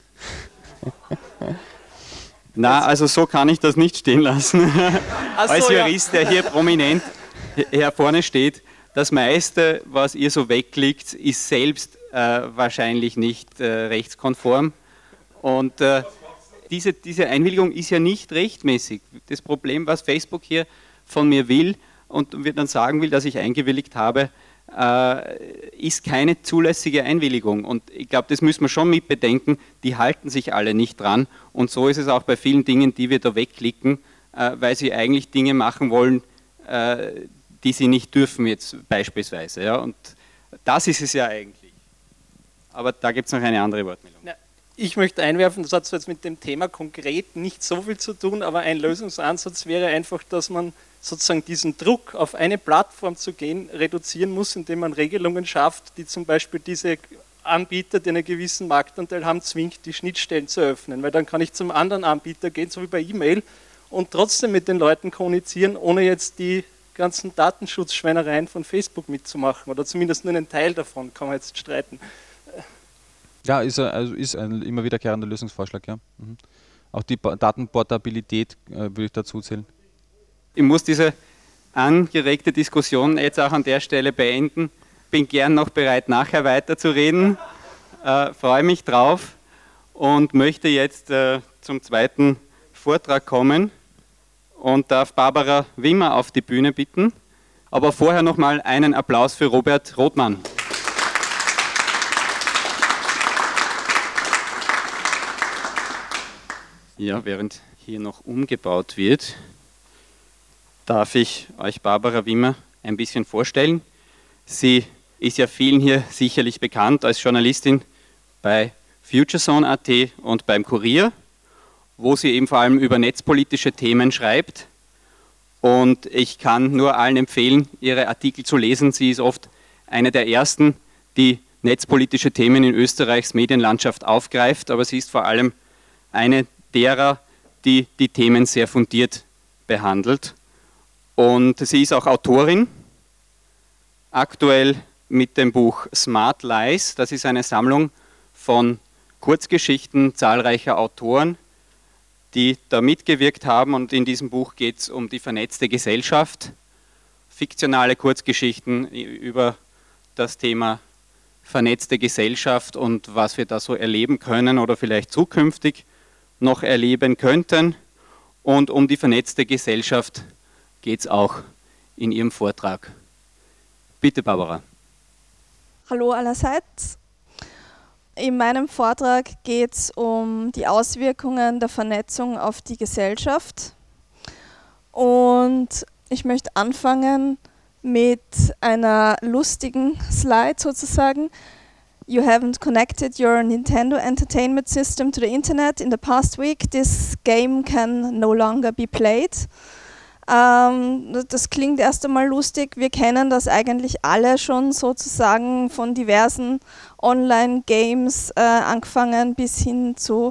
Na, also so kann ich das nicht stehen lassen. Als Jurist, der hier prominent hier vorne steht, das meiste, was ihr so wegklickt, ist selbst wahrscheinlich nicht rechtskonform. Und diese Einwilligung ist ja nicht rechtmäßig. Das Problem, was Facebook hier von mir will und mir dann sagen will, dass ich eingewilligt habe, ist keine zulässige Einwilligung. Und ich glaube, das müssen wir schon mit bedenken, die halten sich alle nicht dran. Und so ist es auch bei vielen Dingen, die wir da wegklicken, weil sie eigentlich Dinge machen wollen, die sie nicht dürfen, jetzt beispielsweise. Ja? Und das ist es ja eigentlich. Aber da gibt es noch eine andere Wortmeldung. Ja, ich möchte einwerfen, das hat zwar jetzt mit dem Thema konkret nicht so viel zu tun, aber ein Lösungsansatz wäre einfach, dass man sozusagen diesen Druck, auf eine Plattform zu gehen, reduzieren muss, indem man Regelungen schafft, die zum Beispiel diese Anbieter, die einen gewissen Marktanteil haben, zwingt, die Schnittstellen zu öffnen. Weil dann kann ich zum anderen Anbieter gehen, so wie bei E-Mail, und trotzdem mit den Leuten kommunizieren, ohne jetzt die ganzen Datenschutzschweinereien von Facebook mitzumachen. Oder zumindest nur einen Teil davon, kann man jetzt streiten. Ja, ist ein immer wiederkehrender Lösungsvorschlag, ja. Mhm. Auch die Datenportabilität würde ich dazu zählen. Ich muss diese angeregte Diskussion jetzt auch an der Stelle beenden. Bin gern noch bereit, nachher weiterzureden. Freue mich drauf und möchte jetzt zum zweiten Vortrag kommen und darf Barbara Wimmer auf die Bühne bitten. Aber vorher nochmal einen Applaus für Robert Rothmann. Ja, während hier noch umgebaut wird, darf ich euch Barbara Wimmer ein bisschen vorstellen. Sie ist ja vielen hier sicherlich bekannt als Journalistin bei FutureZone.at und beim Kurier, wo sie eben vor allem über netzpolitische Themen schreibt. Und ich kann nur allen empfehlen, ihre Artikel zu lesen. Sie ist oft eine der ersten, die netzpolitische Themen in Österreichs Medienlandschaft aufgreift, aber sie ist vor allem eine derer, die die Themen sehr fundiert behandelt. Und sie ist auch Autorin, aktuell mit dem Buch Smart Lies. Das ist eine Sammlung von Kurzgeschichten zahlreicher Autoren, die da mitgewirkt haben. Und in diesem Buch geht es um die vernetzte Gesellschaft, fiktionale Kurzgeschichten über das Thema vernetzte Gesellschaft und was wir da so erleben können oder vielleicht zukünftig noch erleben könnten. Und um die vernetzte Gesellschaft geht es auch in ihrem Vortrag. Bitte, Barbara. Hallo allerseits. In meinem Vortrag geht es um die Auswirkungen der Vernetzung auf die Gesellschaft. Und ich möchte anfangen mit einer lustigen Slide sozusagen. You haven't connected your Nintendo Entertainment System to the Internet in the past week. This game can no longer be played. Das klingt erst einmal lustig. Wir kennen das eigentlich alle schon sozusagen von diversen Online-Games angefangen bis hin zu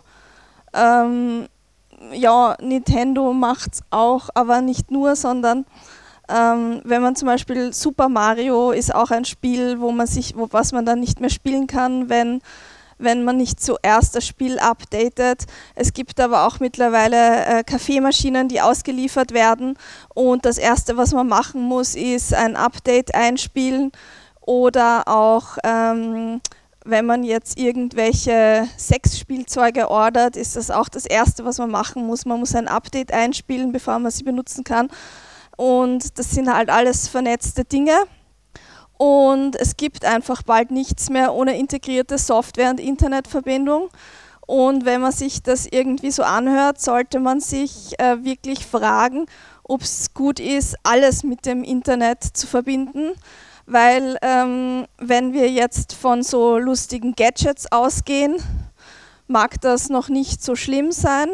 Nintendo macht es auch, aber nicht nur, sondern wenn man zum Beispiel Super Mario ist auch ein Spiel, was man dann nicht mehr spielen kann, wenn man nicht zuerst das Spiel updatet. Es gibt aber auch mittlerweile Kaffeemaschinen, die ausgeliefert werden und das Erste, was man machen muss, ist ein Update einspielen oder auch wenn man jetzt irgendwelche Sexspielzeuge ordert, ist das auch das Erste, was man machen muss. Man muss ein Update einspielen, bevor man sie benutzen kann. Und das sind halt alles vernetzte Dinge. Und es gibt einfach bald nichts mehr ohne integrierte Software und Internetverbindung. Und wenn man sich das irgendwie so anhört, sollte man sich wirklich fragen, ob es gut ist, alles mit dem Internet zu verbinden. Weil wenn wir jetzt von so lustigen Gadgets ausgehen, mag das noch nicht so schlimm sein.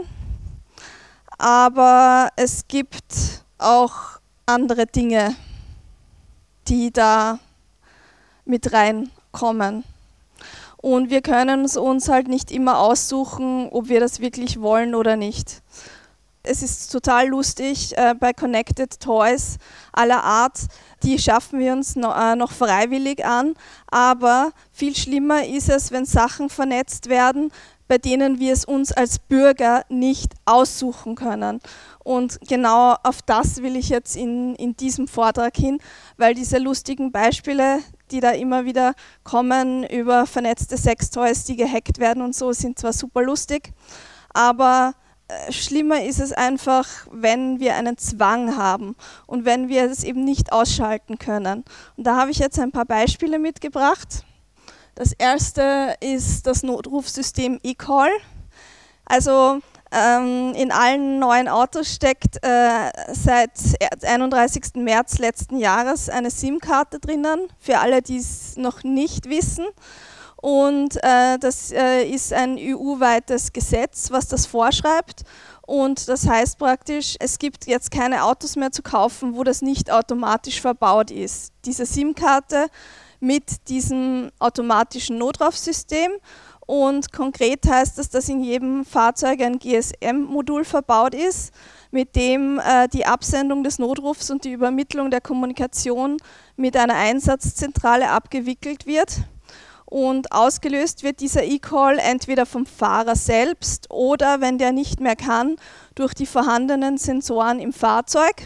Aber es gibt auch andere Dinge, die da mit reinkommen. Und wir können es uns halt nicht immer aussuchen, ob wir das wirklich wollen oder nicht. Es ist total lustig, bei Connected Toys aller Art, die schaffen wir uns noch freiwillig an, aber viel schlimmer ist es, wenn Sachen vernetzt werden, bei denen wir es uns als Bürger nicht aussuchen können. Und genau auf das will ich jetzt in diesem Vortrag hin, weil diese lustigen Beispiele, die da immer wieder kommen über vernetzte Sextoys, die gehackt werden und so, sind zwar super lustig, aber schlimmer ist es einfach, wenn wir einen Zwang haben und wenn wir es eben nicht ausschalten können. Und da habe ich jetzt ein paar Beispiele mitgebracht. Das erste ist das Notrufsystem eCall. Also in allen neuen Autos steckt seit 31. März letzten Jahres eine SIM-Karte drinnen, für alle, die es noch nicht wissen. Und das ist ein EU-weites Gesetz, was das vorschreibt. Und das heißt praktisch, es gibt jetzt keine Autos mehr zu kaufen, wo das nicht automatisch verbaut ist. Diese SIM-Karte mit diesem automatischen Notrufsystem. Und konkret heißt das, dass in jedem Fahrzeug ein GSM-Modul verbaut ist, mit dem die Absendung des Notrufs und die Übermittlung der Kommunikation mit einer Einsatzzentrale abgewickelt wird. Und ausgelöst wird dieser eCall entweder vom Fahrer selbst oder, wenn der nicht mehr kann, durch die vorhandenen Sensoren im Fahrzeug.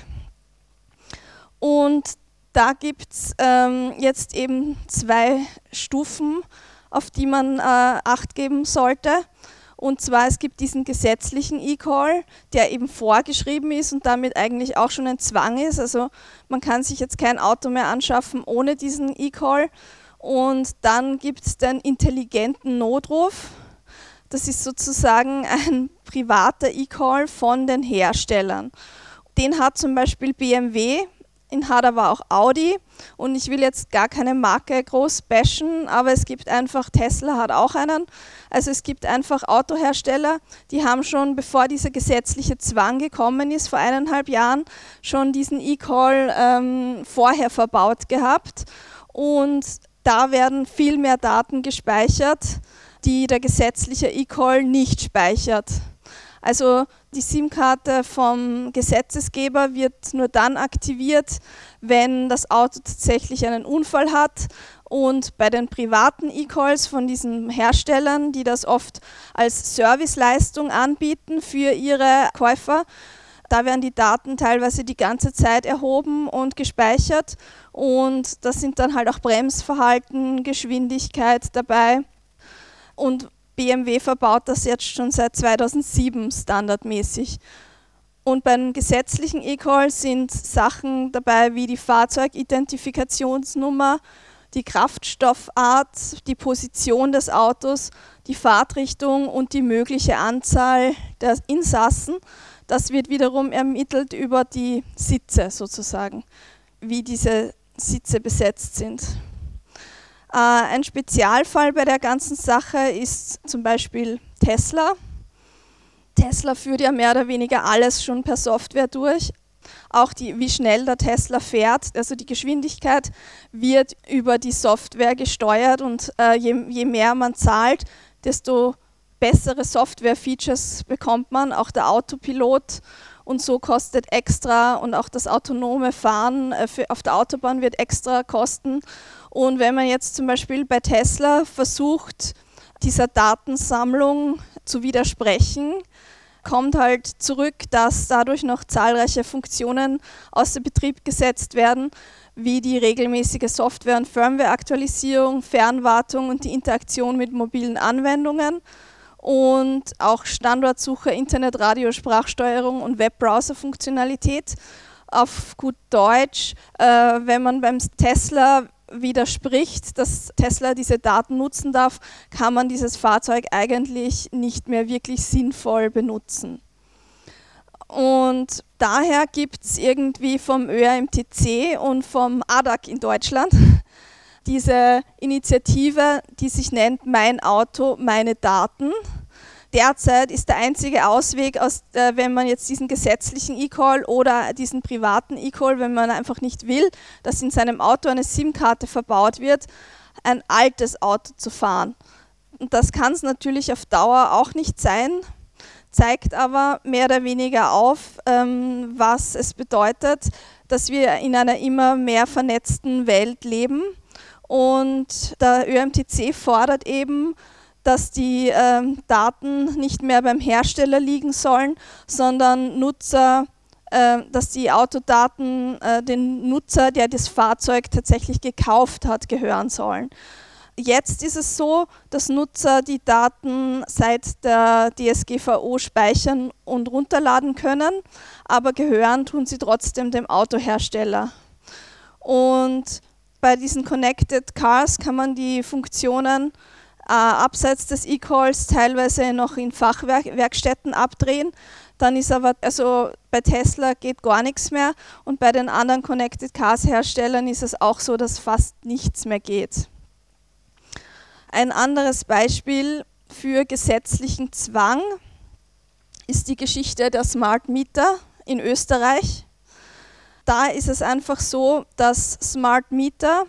Und da gibt es jetzt eben 2 Stufen, auf die man Acht geben sollte. Und zwar, es gibt diesen gesetzlichen eCall, der eben vorgeschrieben ist und damit eigentlich auch schon ein Zwang ist. Also man kann sich jetzt kein Auto mehr anschaffen ohne diesen eCall. Und dann gibt es den intelligenten Notruf. Das ist sozusagen ein privater eCall von den Herstellern. Den hat zum Beispiel BMW, den hat aber auch Audi. Und ich will jetzt gar keine Marke groß bashen, aber es gibt einfach, Tesla hat auch einen. Also es gibt einfach Autohersteller, die haben schon, bevor dieser gesetzliche Zwang gekommen ist, vor 1,5 Jahren, schon diesen eCall vorher verbaut gehabt. Und da werden viel mehr Daten gespeichert, die der gesetzliche eCall nicht speichert. Also die SIM-Karte vom Gesetzesgeber wird nur dann aktiviert, wenn das Auto tatsächlich einen Unfall hat. Und bei den privaten eCalls von diesen Herstellern, die das oft als Serviceleistung anbieten für ihre Käufer, da werden die Daten teilweise die ganze Zeit erhoben und gespeichert. Und da sind dann halt auch Bremsverhalten, Geschwindigkeit dabei. Und BMW verbaut das jetzt schon seit 2007 standardmäßig. Und beim gesetzlichen eCall sind Sachen dabei wie die Fahrzeugidentifikationsnummer, die Kraftstoffart, die Position des Autos, die Fahrtrichtung und die mögliche Anzahl der Insassen. Das wird wiederum ermittelt über die Sitze sozusagen, wie diese Sitze besetzt sind. Ein Spezialfall bei der ganzen Sache ist zum Beispiel Tesla. Tesla führt ja mehr oder weniger alles schon per Software durch. Auch wie schnell der Tesla fährt, also die Geschwindigkeit, wird über die Software gesteuert und je mehr man zahlt, desto bessere Software-Features bekommt man. Auch der Autopilot und so kostet extra und auch das autonome Fahren auf der Autobahn wird extra kosten. Und wenn man jetzt zum Beispiel bei Tesla versucht, dieser Datensammlung zu widersprechen, kommt halt zurück, dass dadurch noch zahlreiche Funktionen außer Betrieb gesetzt werden, wie die regelmäßige Software- und Firmware-Aktualisierung, Fernwartung und die Interaktion mit mobilen Anwendungen und auch Standortsuche, Internet-, Sprachsteuerung und Webbrowser-Funktionalität. Auf gut Deutsch, wenn man beim Tesla widerspricht, dass Tesla diese Daten nutzen darf, kann man dieses Fahrzeug eigentlich nicht mehr wirklich sinnvoll benutzen. Und daher gibt es irgendwie vom ÖAMTC und vom ADAC in Deutschland diese Initiative, die sich nennt Mein Auto, meine Daten. Derzeit ist der einzige Ausweg, wenn man jetzt diesen gesetzlichen E-Call oder diesen privaten E-Call, wenn man einfach nicht will, dass in seinem Auto eine SIM-Karte verbaut wird, ein altes Auto zu fahren. Und das kann es natürlich auf Dauer auch nicht sein, zeigt aber mehr oder weniger auf, was es bedeutet, dass wir in einer immer mehr vernetzten Welt leben. Und der ÖAMTC fordert eben, dass die Daten nicht mehr beim Hersteller liegen sollen, sondern dass die Autodaten den Nutzer, der das Fahrzeug tatsächlich gekauft hat, gehören sollen. Jetzt ist es so, dass Nutzer die Daten seit der DSGVO speichern und runterladen können, aber gehören tun sie trotzdem dem Autohersteller. Und bei diesen Connected Cars kann man die Funktionen abseits des E-Calls teilweise noch in Fachwerkstätten abdrehen. Dann ist aber, also bei Tesla geht gar nichts mehr und bei den anderen Connected Cars Herstellern ist es auch so, dass fast nichts mehr geht. Ein anderes Beispiel für gesetzlichen Zwang ist die Geschichte der Smart Meter in Österreich. Da ist es einfach so, dass Smart Meter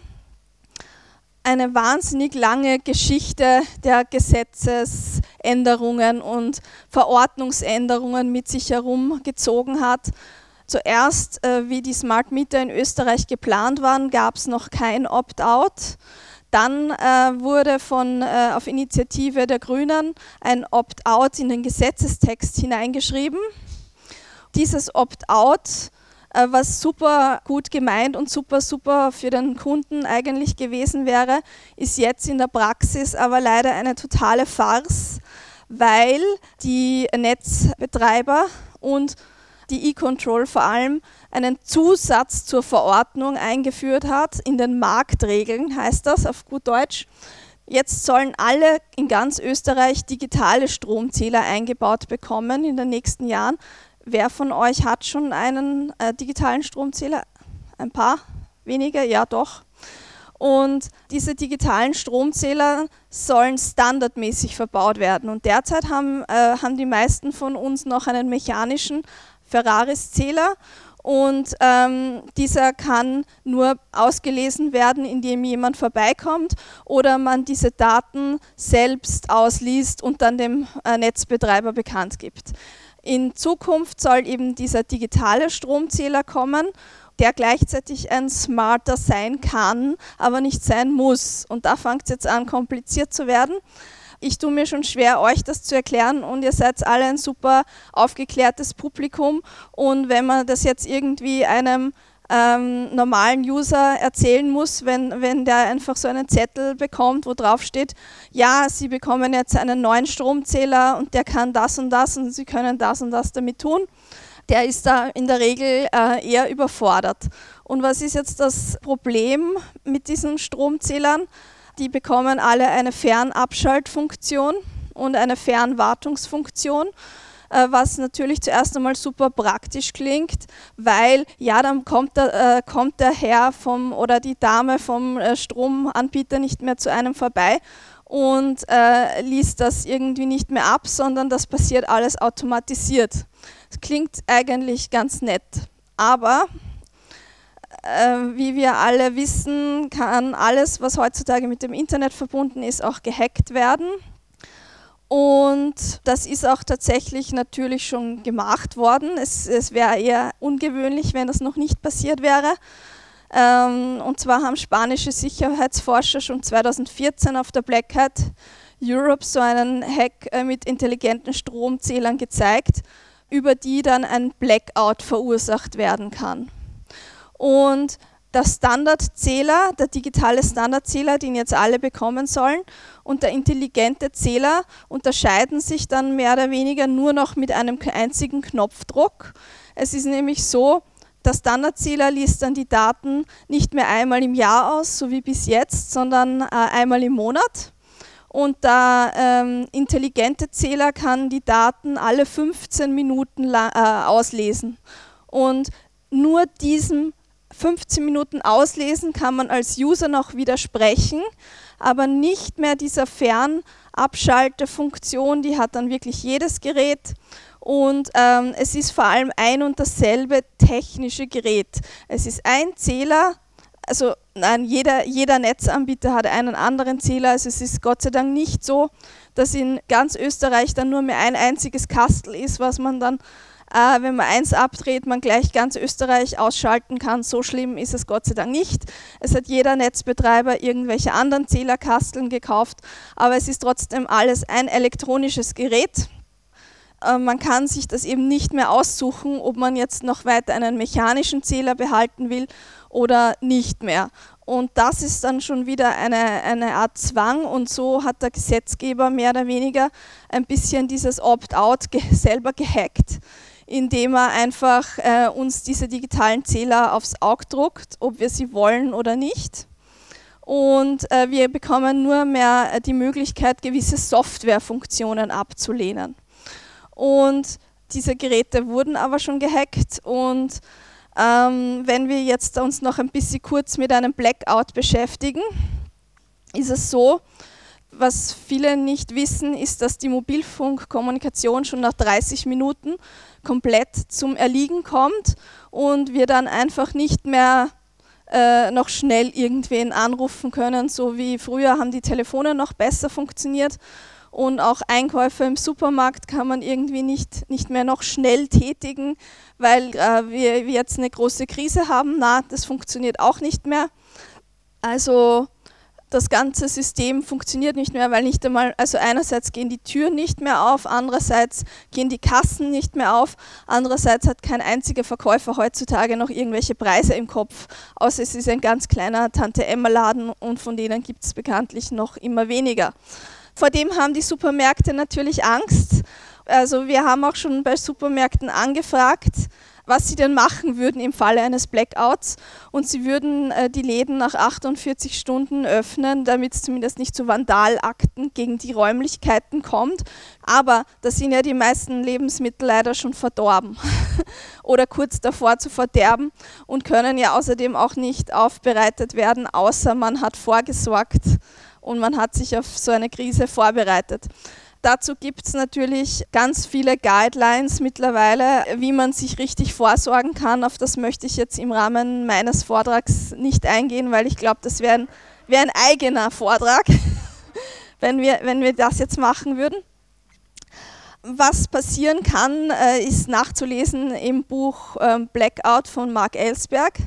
eine wahnsinnig lange Geschichte der Gesetzesänderungen und Verordnungsänderungen mit sich herumgezogen hat. Zuerst, wie die Smart Meter in Österreich geplant waren, gab es noch kein Opt-out. Dann wurde auf Initiative der Grünen ein Opt-out in den Gesetzestext hineingeschrieben. Dieses Opt-out, was super gut gemeint und super für den Kunden eigentlich gewesen wäre, ist jetzt in der Praxis aber leider eine totale Farce, weil die Netzbetreiber und die E-Control vor allem einen Zusatz zur Verordnung eingeführt hat, in den Marktregeln heißt das auf gut Deutsch. Jetzt sollen alle in ganz Österreich digitale Stromzähler eingebaut bekommen in den nächsten Jahren. Wer von euch hat schon einen digitalen Stromzähler? Ein paar? Wenige? Ja, doch. Und diese digitalen Stromzähler sollen standardmäßig verbaut werden. Und derzeit haben die meisten von uns noch einen mechanischen Ferraris-Zähler. Und dieser kann nur ausgelesen werden, indem jemand vorbeikommt oder man diese Daten selbst ausliest und dann dem Netzbetreiber bekannt gibt. In Zukunft soll eben dieser digitale Stromzähler kommen, der gleichzeitig ein smarter sein kann, aber nicht sein muss. Und da fängt es jetzt an, kompliziert zu werden. Ich tue mir schon schwer, euch das zu erklären und ihr seid alle ein super aufgeklärtes Publikum. Und wenn man das jetzt irgendwie einem normalen User erzählen muss, wenn der einfach so einen Zettel bekommt, wo drauf steht, ja, Sie bekommen jetzt einen neuen Stromzähler und der kann das und Sie können das und das damit tun, der ist da in der Regel eher überfordert. Und was ist jetzt das Problem mit diesen Stromzählern? Die bekommen alle eine Fernabschaltfunktion und eine Fernwartungsfunktion, was natürlich zuerst einmal super praktisch klingt, weil ja, dann kommt der Herr oder die Dame vom Stromanbieter nicht mehr zu einem vorbei und liest das irgendwie nicht mehr ab, sondern das passiert alles automatisiert. Das klingt eigentlich ganz nett, aber wie wir alle wissen, kann alles, was heutzutage mit dem Internet verbunden ist, auch gehackt werden. Und das ist auch tatsächlich natürlich schon gemacht worden. Es wäre eher ungewöhnlich, wenn das noch nicht passiert wäre. Und zwar haben spanische Sicherheitsforscher schon 2014 auf der Black Hat Europe so einen Hack mit intelligenten Stromzählern gezeigt, über die dann ein Blackout verursacht werden kann. Und der Standardzähler, der digitale Standardzähler, den jetzt alle bekommen sollen, und der intelligente Zähler unterscheiden sich dann mehr oder weniger nur noch mit einem einzigen Knopfdruck. Es ist nämlich so, der Standardzähler liest dann die Daten nicht mehr einmal im Jahr aus, so wie bis jetzt, sondern einmal im Monat. Und der intelligente Zähler kann die Daten alle 15 Minuten auslesen. Und nur diesem 15 Minuten auslesen kann man als User noch widersprechen, aber nicht mehr dieser Fernabschaltefunktion, die hat dann wirklich jedes Gerät. Und es ist vor allem ein und dasselbe technische Gerät. Es ist ein Zähler, also nein, jeder Netzanbieter hat einen anderen Zähler, also es ist Gott sei Dank nicht so, dass in ganz Österreich dann nur mehr ein einziges Kastel ist, was man dann, wenn man eins abdreht, man gleich ganz Österreich ausschalten kann. So schlimm ist es Gott sei Dank nicht. Es hat jeder Netzbetreiber irgendwelche anderen Zählerkasteln gekauft, aber es ist trotzdem alles ein elektronisches Gerät. Man kann sich das eben nicht mehr aussuchen, ob man jetzt noch weiter einen mechanischen Zähler behalten will oder nicht mehr. Und das ist dann schon wieder eine Art Zwang, und so hat der Gesetzgeber mehr oder weniger ein bisschen dieses Opt-out selber gehackt, indem er einfach uns diese digitalen Zähler aufs Auge druckt, ob wir sie wollen oder nicht. Und wir bekommen nur mehr die Möglichkeit, gewisse Softwarefunktionen abzulehnen. Und diese Geräte wurden aber schon gehackt, und wenn wir jetzt uns noch ein bisschen kurz mit einem Blackout beschäftigen, ist es so, was viele nicht wissen, ist, dass die Mobilfunkkommunikation schon nach 30 Minuten komplett zum Erliegen kommt und wir dann einfach nicht mehr noch schnell irgendwen anrufen können. So wie früher haben die Telefone noch besser funktioniert. Und auch Einkäufe im Supermarkt kann man irgendwie nicht mehr noch schnell tätigen, weil wir jetzt eine große Krise haben. Na, das funktioniert auch nicht mehr. Also das ganze System funktioniert nicht mehr, weil nicht einmal, also einerseits gehen die Türen nicht mehr auf, andererseits gehen die Kassen nicht mehr auf, andererseits hat kein einziger Verkäufer heutzutage noch irgendwelche Preise im Kopf, außer es ist ein ganz kleiner Tante-Emma-Laden, und von denen gibt es bekanntlich noch immer weniger. Vor dem haben die Supermärkte natürlich Angst. Also wir haben auch schon bei Supermärkten angefragt, was sie denn machen würden im Falle eines Blackouts, und sie würden die Läden nach 48 Stunden öffnen, damit es zumindest nicht zu Vandalakten gegen die Räumlichkeiten kommt. Aber da sind ja die meisten Lebensmittel leider schon verdorben oder kurz davor zu verderben und können ja außerdem auch nicht aufbereitet werden, außer man hat vorgesorgt und man hat sich auf so eine Krise vorbereitet. Dazu gibt es natürlich ganz viele Guidelines mittlerweile, wie man sich richtig vorsorgen kann. Auf das möchte ich jetzt im Rahmen meines Vortrags nicht eingehen, weil ich glaube, das wäre ein eigener Vortrag, wenn wir das jetzt machen würden. Was passieren kann, ist nachzulesen im Buch Blackout von Mark Ellsberg.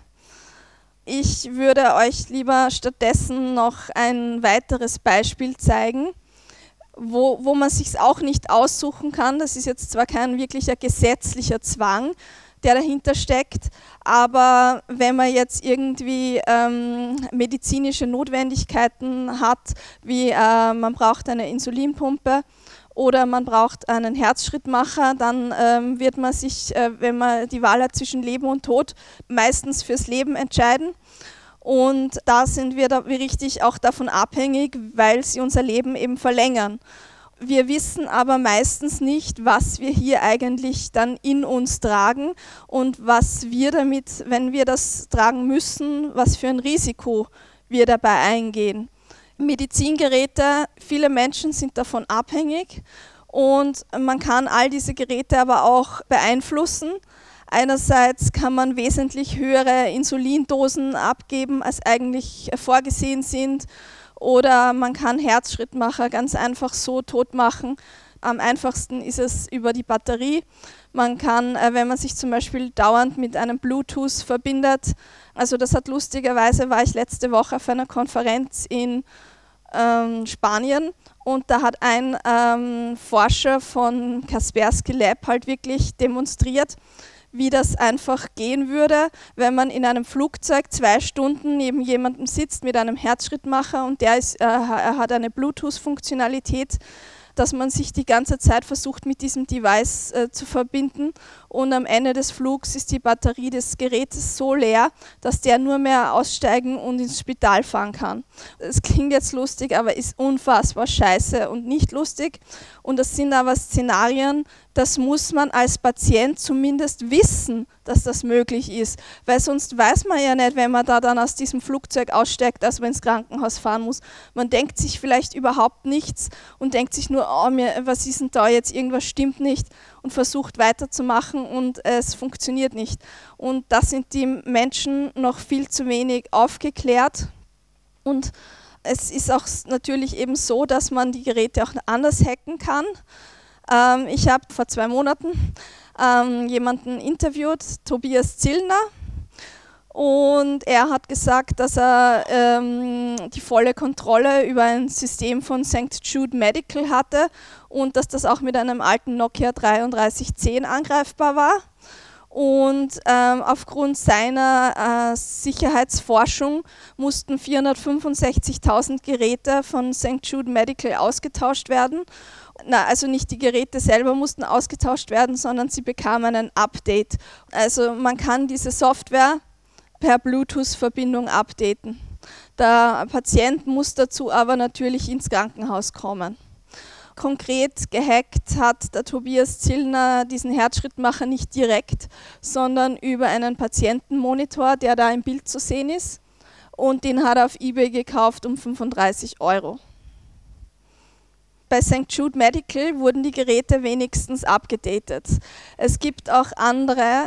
Ich würde euch lieber stattdessen noch ein weiteres Beispiel zeigen, wo man sich es auch nicht aussuchen kann. Das ist jetzt zwar kein wirklicher gesetzlicher Zwang, der dahinter steckt, aber wenn man jetzt irgendwie medizinische Notwendigkeiten hat, wie man braucht eine Insulinpumpe oder man braucht einen Herzschrittmacher, dann wird man sich, wenn man die Wahl hat zwischen Leben und Tod, meistens fürs Leben entscheiden. Und da sind wir richtig auch davon abhängig, weil sie unser Leben eben verlängern. Wir wissen aber meistens nicht, was wir hier eigentlich dann in uns tragen und was wir damit, wenn wir das tragen müssen, was für ein Risiko wir dabei eingehen. Medizingeräte, viele Menschen sind davon abhängig und man kann all diese Geräte aber auch beeinflussen. Einerseits kann man wesentlich höhere Insulindosen abgeben, als eigentlich vorgesehen sind, oder man kann Herzschrittmacher ganz einfach so tot machen. Am einfachsten ist es über die Batterie. Man kann, wenn man sich zum Beispiel dauernd mit einem Bluetooth verbindet, also das hat lustigerweise, war ich letzte Woche auf einer Konferenz in Spanien. Und da hat ein Forscher von Kaspersky Lab halt wirklich demonstriert, wie das einfach gehen würde, wenn man in einem Flugzeug 2 Stunden neben jemandem sitzt mit einem Herzschrittmacher und er hat eine Bluetooth-Funktionalität, dass man sich die ganze Zeit versucht, mit diesem Device zu verbinden, und am Ende des Flugs ist die Batterie des Gerätes so leer, dass der nur mehr aussteigen und ins Spital fahren kann. Das klingt jetzt lustig, aber ist unfassbar scheiße und nicht lustig. Und das sind aber Szenarien, das muss man als Patient zumindest wissen, dass das möglich ist. Weil sonst weiß man ja nicht, wenn man da dann aus diesem Flugzeug aussteigt, dass man ins Krankenhaus fahren muss. Man denkt sich vielleicht überhaupt nichts und denkt sich nur, oh, was ist denn da jetzt, irgendwas stimmt nicht, und versucht weiterzumachen und es funktioniert nicht. Und da sind die Menschen noch viel zu wenig aufgeklärt. Und es ist auch natürlich eben so, dass man die Geräte auch anders hacken kann. Ich habe vor 2 Monaten jemanden interviewt, Tobias Zillner, und er hat gesagt, dass er die volle Kontrolle über ein System von St. Jude Medical hatte und dass das auch mit einem alten Nokia 3310 angreifbar war. Und aufgrund seiner Sicherheitsforschung mussten 465.000 Geräte von St. Jude Medical ausgetauscht werden. Also nicht die Geräte selber mussten ausgetauscht werden, sondern sie bekamen ein Update. Also man kann diese Software per Bluetooth-Verbindung updaten. Der Patient muss dazu aber natürlich ins Krankenhaus kommen. Konkret gehackt hat der Tobias Zillner diesen Herzschrittmacher nicht direkt, sondern über einen Patientenmonitor, der da im Bild zu sehen ist. Und den hat er auf eBay gekauft um 35 €. Bei St. Jude Medical wurden die Geräte wenigstens abgedatet. Es gibt auch andere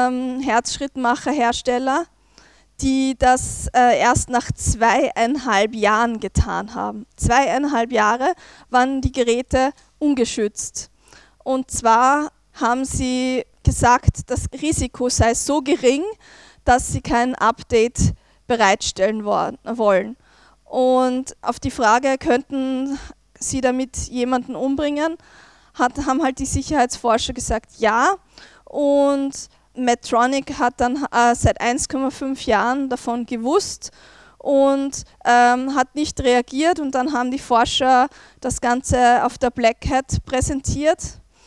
Herzschrittmacherhersteller, die das erst nach 2,5 Jahren getan haben. 2,5 Jahre waren die Geräte ungeschützt. Und zwar haben sie gesagt, das Risiko sei so gering, dass sie kein Update bereitstellen wollen. Und auf die Frage, könnten sie damit jemanden umbringen, haben halt die Sicherheitsforscher gesagt, ja. Und Medtronic hat dann seit 1,5 Jahren davon gewusst und hat nicht reagiert, und dann haben die Forscher das Ganze auf der Black Hat präsentiert,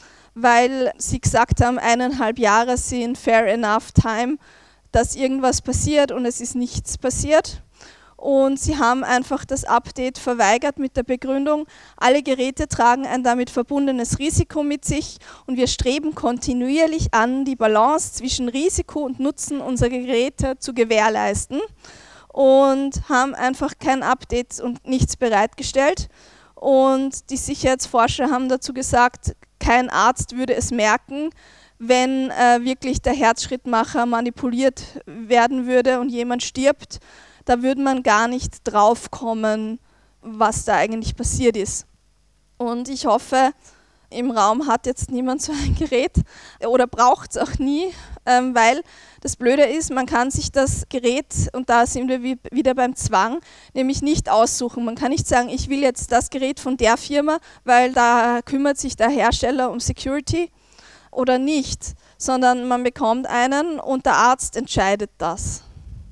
weil sie gesagt haben, 1,5 Jahre sind fair enough time, dass irgendwas passiert, und es ist nichts passiert. Und sie haben einfach das Update verweigert mit der Begründung, alle Geräte tragen ein damit verbundenes Risiko mit sich und wir streben kontinuierlich an, die Balance zwischen Risiko und Nutzen unserer Geräte zu gewährleisten, und haben einfach kein Update und nichts bereitgestellt. Und die Sicherheitsforscher haben dazu gesagt, kein Arzt würde es merken, wenn wirklich der Herzschrittmacher manipuliert werden würde und jemand stirbt. Da würde man gar nicht drauf kommen, was da eigentlich passiert ist. Und ich hoffe, im Raum hat jetzt niemand so ein Gerät oder braucht es auch nie, weil das Blöde ist, man kann sich das Gerät, und da sind wir wieder beim Zwang, nämlich nicht aussuchen. Man kann nicht sagen, ich will jetzt das Gerät von der Firma, weil da kümmert sich der Hersteller um Security, oder nicht, sondern man bekommt einen und der Arzt entscheidet das.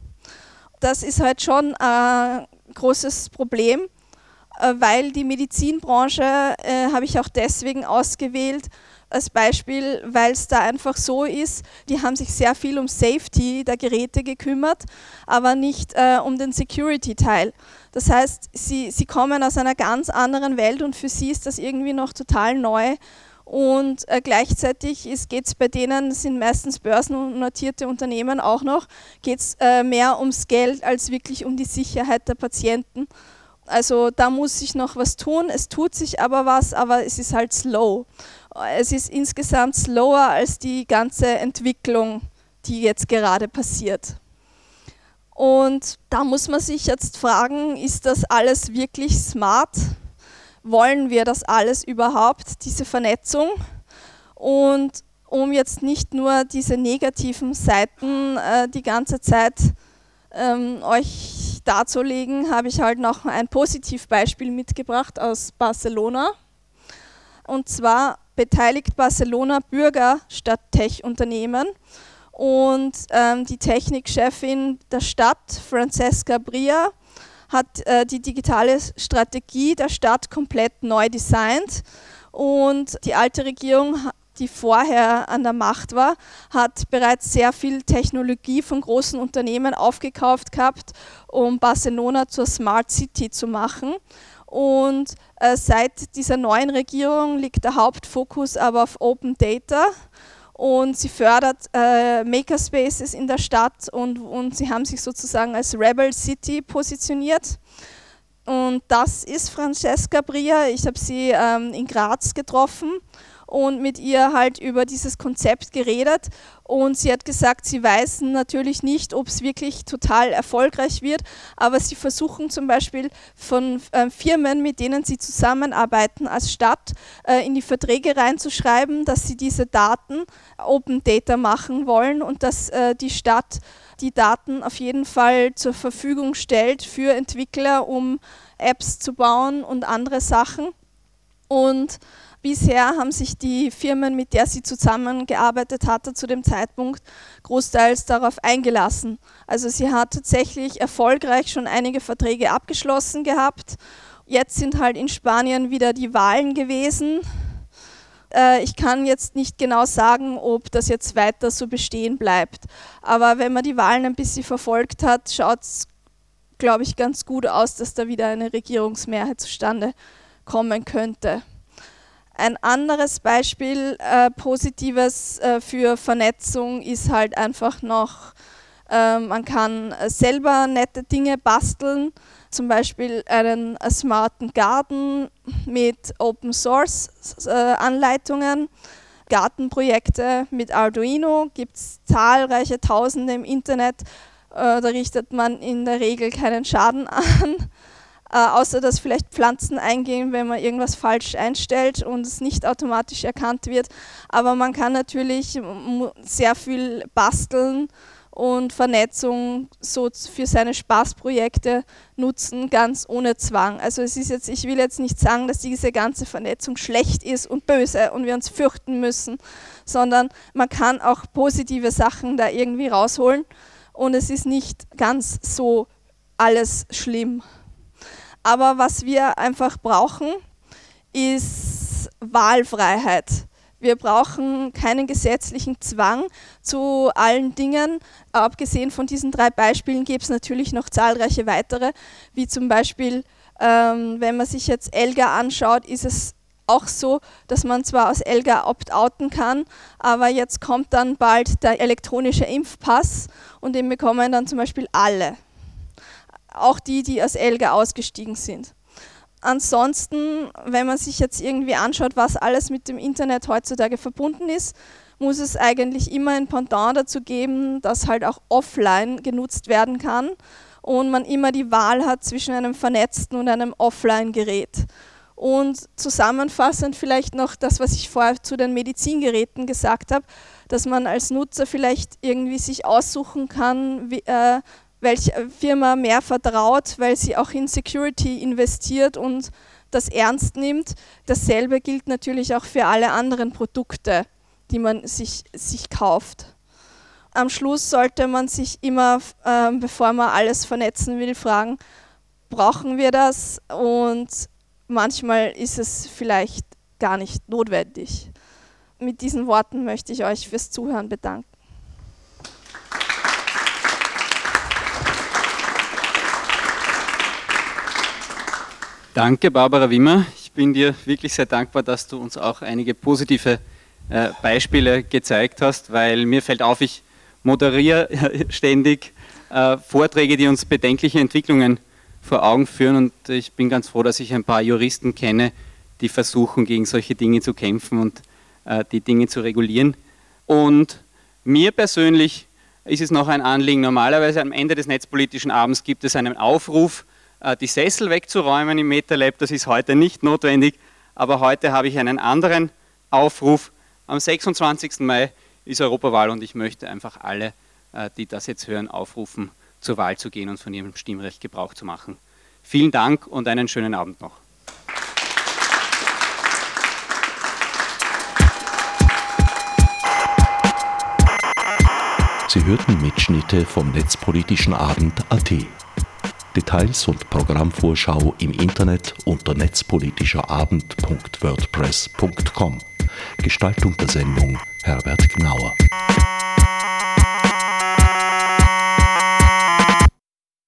Das ist halt schon ein großes Problem, weil die Medizinbranche habe ich auch deswegen ausgewählt als Beispiel, weil es da einfach so ist, die haben sich sehr viel um Safety der Geräte gekümmert, aber nicht um den Security-Teil. Das heißt, sie kommen aus einer ganz anderen Welt und für sie ist das irgendwie noch total neu. Und gleichzeitig geht es bei denen, sind meistens börsennotierte Unternehmen auch noch, geht es mehr ums Geld als wirklich um die Sicherheit der Patienten. Also da muss sich noch was tun, es tut sich aber was, aber es ist halt slow. Es ist insgesamt slower als die ganze Entwicklung, die jetzt gerade passiert. Und da muss man sich jetzt fragen, ist das alles wirklich smart? Wollen wir das alles überhaupt, diese Vernetzung? Und um jetzt nicht nur diese negativen Seiten die ganze Zeit euch wirklich darzulegen, habe ich halt noch ein Positivbeispiel mitgebracht aus Barcelona. Und zwar beteiligt Barcelona Bürger statt Tech-Unternehmen. Und die Technikchefin der Stadt, Francesca Bria, hat die digitale Strategie der Stadt komplett neu designt. Und die alte Regierung, die vorher an der Macht war, hat bereits sehr viel Technologie von großen Unternehmen aufgekauft gehabt, um Barcelona zur Smart City zu machen. Und seit dieser neuen Regierung liegt der Hauptfokus aber auf Open Data. Und sie fördert Makerspaces in der Stadt und sie haben sich sozusagen als Rebel City positioniert. Und das ist Francesca Bria. Ich habe sie in Graz getroffen und mit ihr halt über dieses Konzept geredet. Und sie hat gesagt, sie weiß natürlich nicht, ob es wirklich total erfolgreich wird, aber sie versuchen zum Beispiel von Firmen, mit denen sie zusammenarbeiten als Stadt, in die Verträge reinzuschreiben, dass sie diese Daten Open Data machen wollen und dass die Stadt die Daten auf jeden Fall zur Verfügung stellt für Entwickler, um Apps zu bauen und andere Sachen. Und bisher haben sich die Firmen, mit der sie zusammengearbeitet hatte, zu dem Zeitpunkt großteils darauf eingelassen. Also sie hat tatsächlich erfolgreich schon einige Verträge abgeschlossen gehabt. Jetzt sind halt in Spanien wieder die Wahlen gewesen. Ich kann jetzt nicht genau sagen, ob das jetzt weiter so bestehen bleibt. Aber wenn man die Wahlen ein bisschen verfolgt hat, schaut es, glaube ich, ganz gut aus, dass da wieder eine Regierungsmehrheit zustande kommen könnte. Ein anderes Beispiel Positives für Vernetzung ist halt einfach noch, man kann selber nette Dinge basteln, zum Beispiel einen smarten Garten mit Open Source Anleitungen. Gartenprojekte mit Arduino gibt es zahlreiche Tausende im Internet, da richtet man in der Regel keinen Schaden an. Außer dass vielleicht Pflanzen eingehen, wenn man irgendwas falsch einstellt und es nicht automatisch erkannt wird. Aber man kann natürlich sehr viel basteln und Vernetzung so für seine Spaßprojekte nutzen, ganz ohne Zwang. Also es ist jetzt, ich will jetzt nicht sagen, dass diese ganze Vernetzung schlecht ist und böse und wir uns fürchten müssen, sondern man kann auch positive Sachen da irgendwie rausholen und es ist nicht ganz so alles schlimm. Aber was wir einfach brauchen, ist Wahlfreiheit. Wir brauchen keinen gesetzlichen Zwang zu allen Dingen. Abgesehen von diesen 3 Beispielen gibt es natürlich noch zahlreiche weitere, wie zum Beispiel, wenn man sich jetzt Elga anschaut, ist es auch so, dass man zwar aus Elga opt-outen kann, aber jetzt kommt dann bald der elektronische Impfpass und den bekommen dann zum Beispiel alle. Auch die aus Elga ausgestiegen sind. Ansonsten, wenn man sich jetzt irgendwie anschaut, was alles mit dem Internet heutzutage verbunden ist, muss es eigentlich immer ein Pendant dazu geben, dass halt auch offline genutzt werden kann und man immer die Wahl hat zwischen einem vernetzten und einem Offline-Gerät. Und zusammenfassend vielleicht noch das, was ich vorher zu den Medizingeräten gesagt habe, dass man als Nutzer vielleicht irgendwie sich aussuchen kann, welche Firma mehr vertraut, weil sie auch in Security investiert und das ernst nimmt. Dasselbe gilt natürlich auch für alle anderen Produkte, die man sich kauft. Am Schluss sollte man sich immer, bevor man alles vernetzen will, fragen, brauchen wir das? Und manchmal ist es vielleicht gar nicht notwendig. Mit diesen Worten möchte ich euch fürs Zuhören bedanken. Danke, Barbara Wimmer. Ich bin dir wirklich sehr dankbar, dass du uns auch einige positive Beispiele gezeigt hast, weil mir fällt auf, ich moderiere ständig Vorträge, die uns bedenkliche Entwicklungen vor Augen führen und ich bin ganz froh, dass ich ein paar Juristen kenne, die versuchen, gegen solche Dinge zu kämpfen und die Dinge zu regulieren. Und mir persönlich ist es noch ein Anliegen, normalerweise am Ende des netzpolitischen Abends gibt es einen Aufruf, die Sessel wegzuräumen im MetaLab, das ist heute nicht notwendig, aber heute habe ich einen anderen Aufruf. Am 26. Mai ist Europawahl und ich möchte einfach alle, die das jetzt hören, aufrufen, zur Wahl zu gehen und von ihrem Stimmrecht Gebrauch zu machen. Vielen Dank und einen schönen Abend noch. Sie hörten Mitschnitte vom Netzpolitischen Abend.at. Details und Programmvorschau im Internet unter netzpolitischerabend.wordpress.com. Gestaltung der Sendung Herbert Gnauer.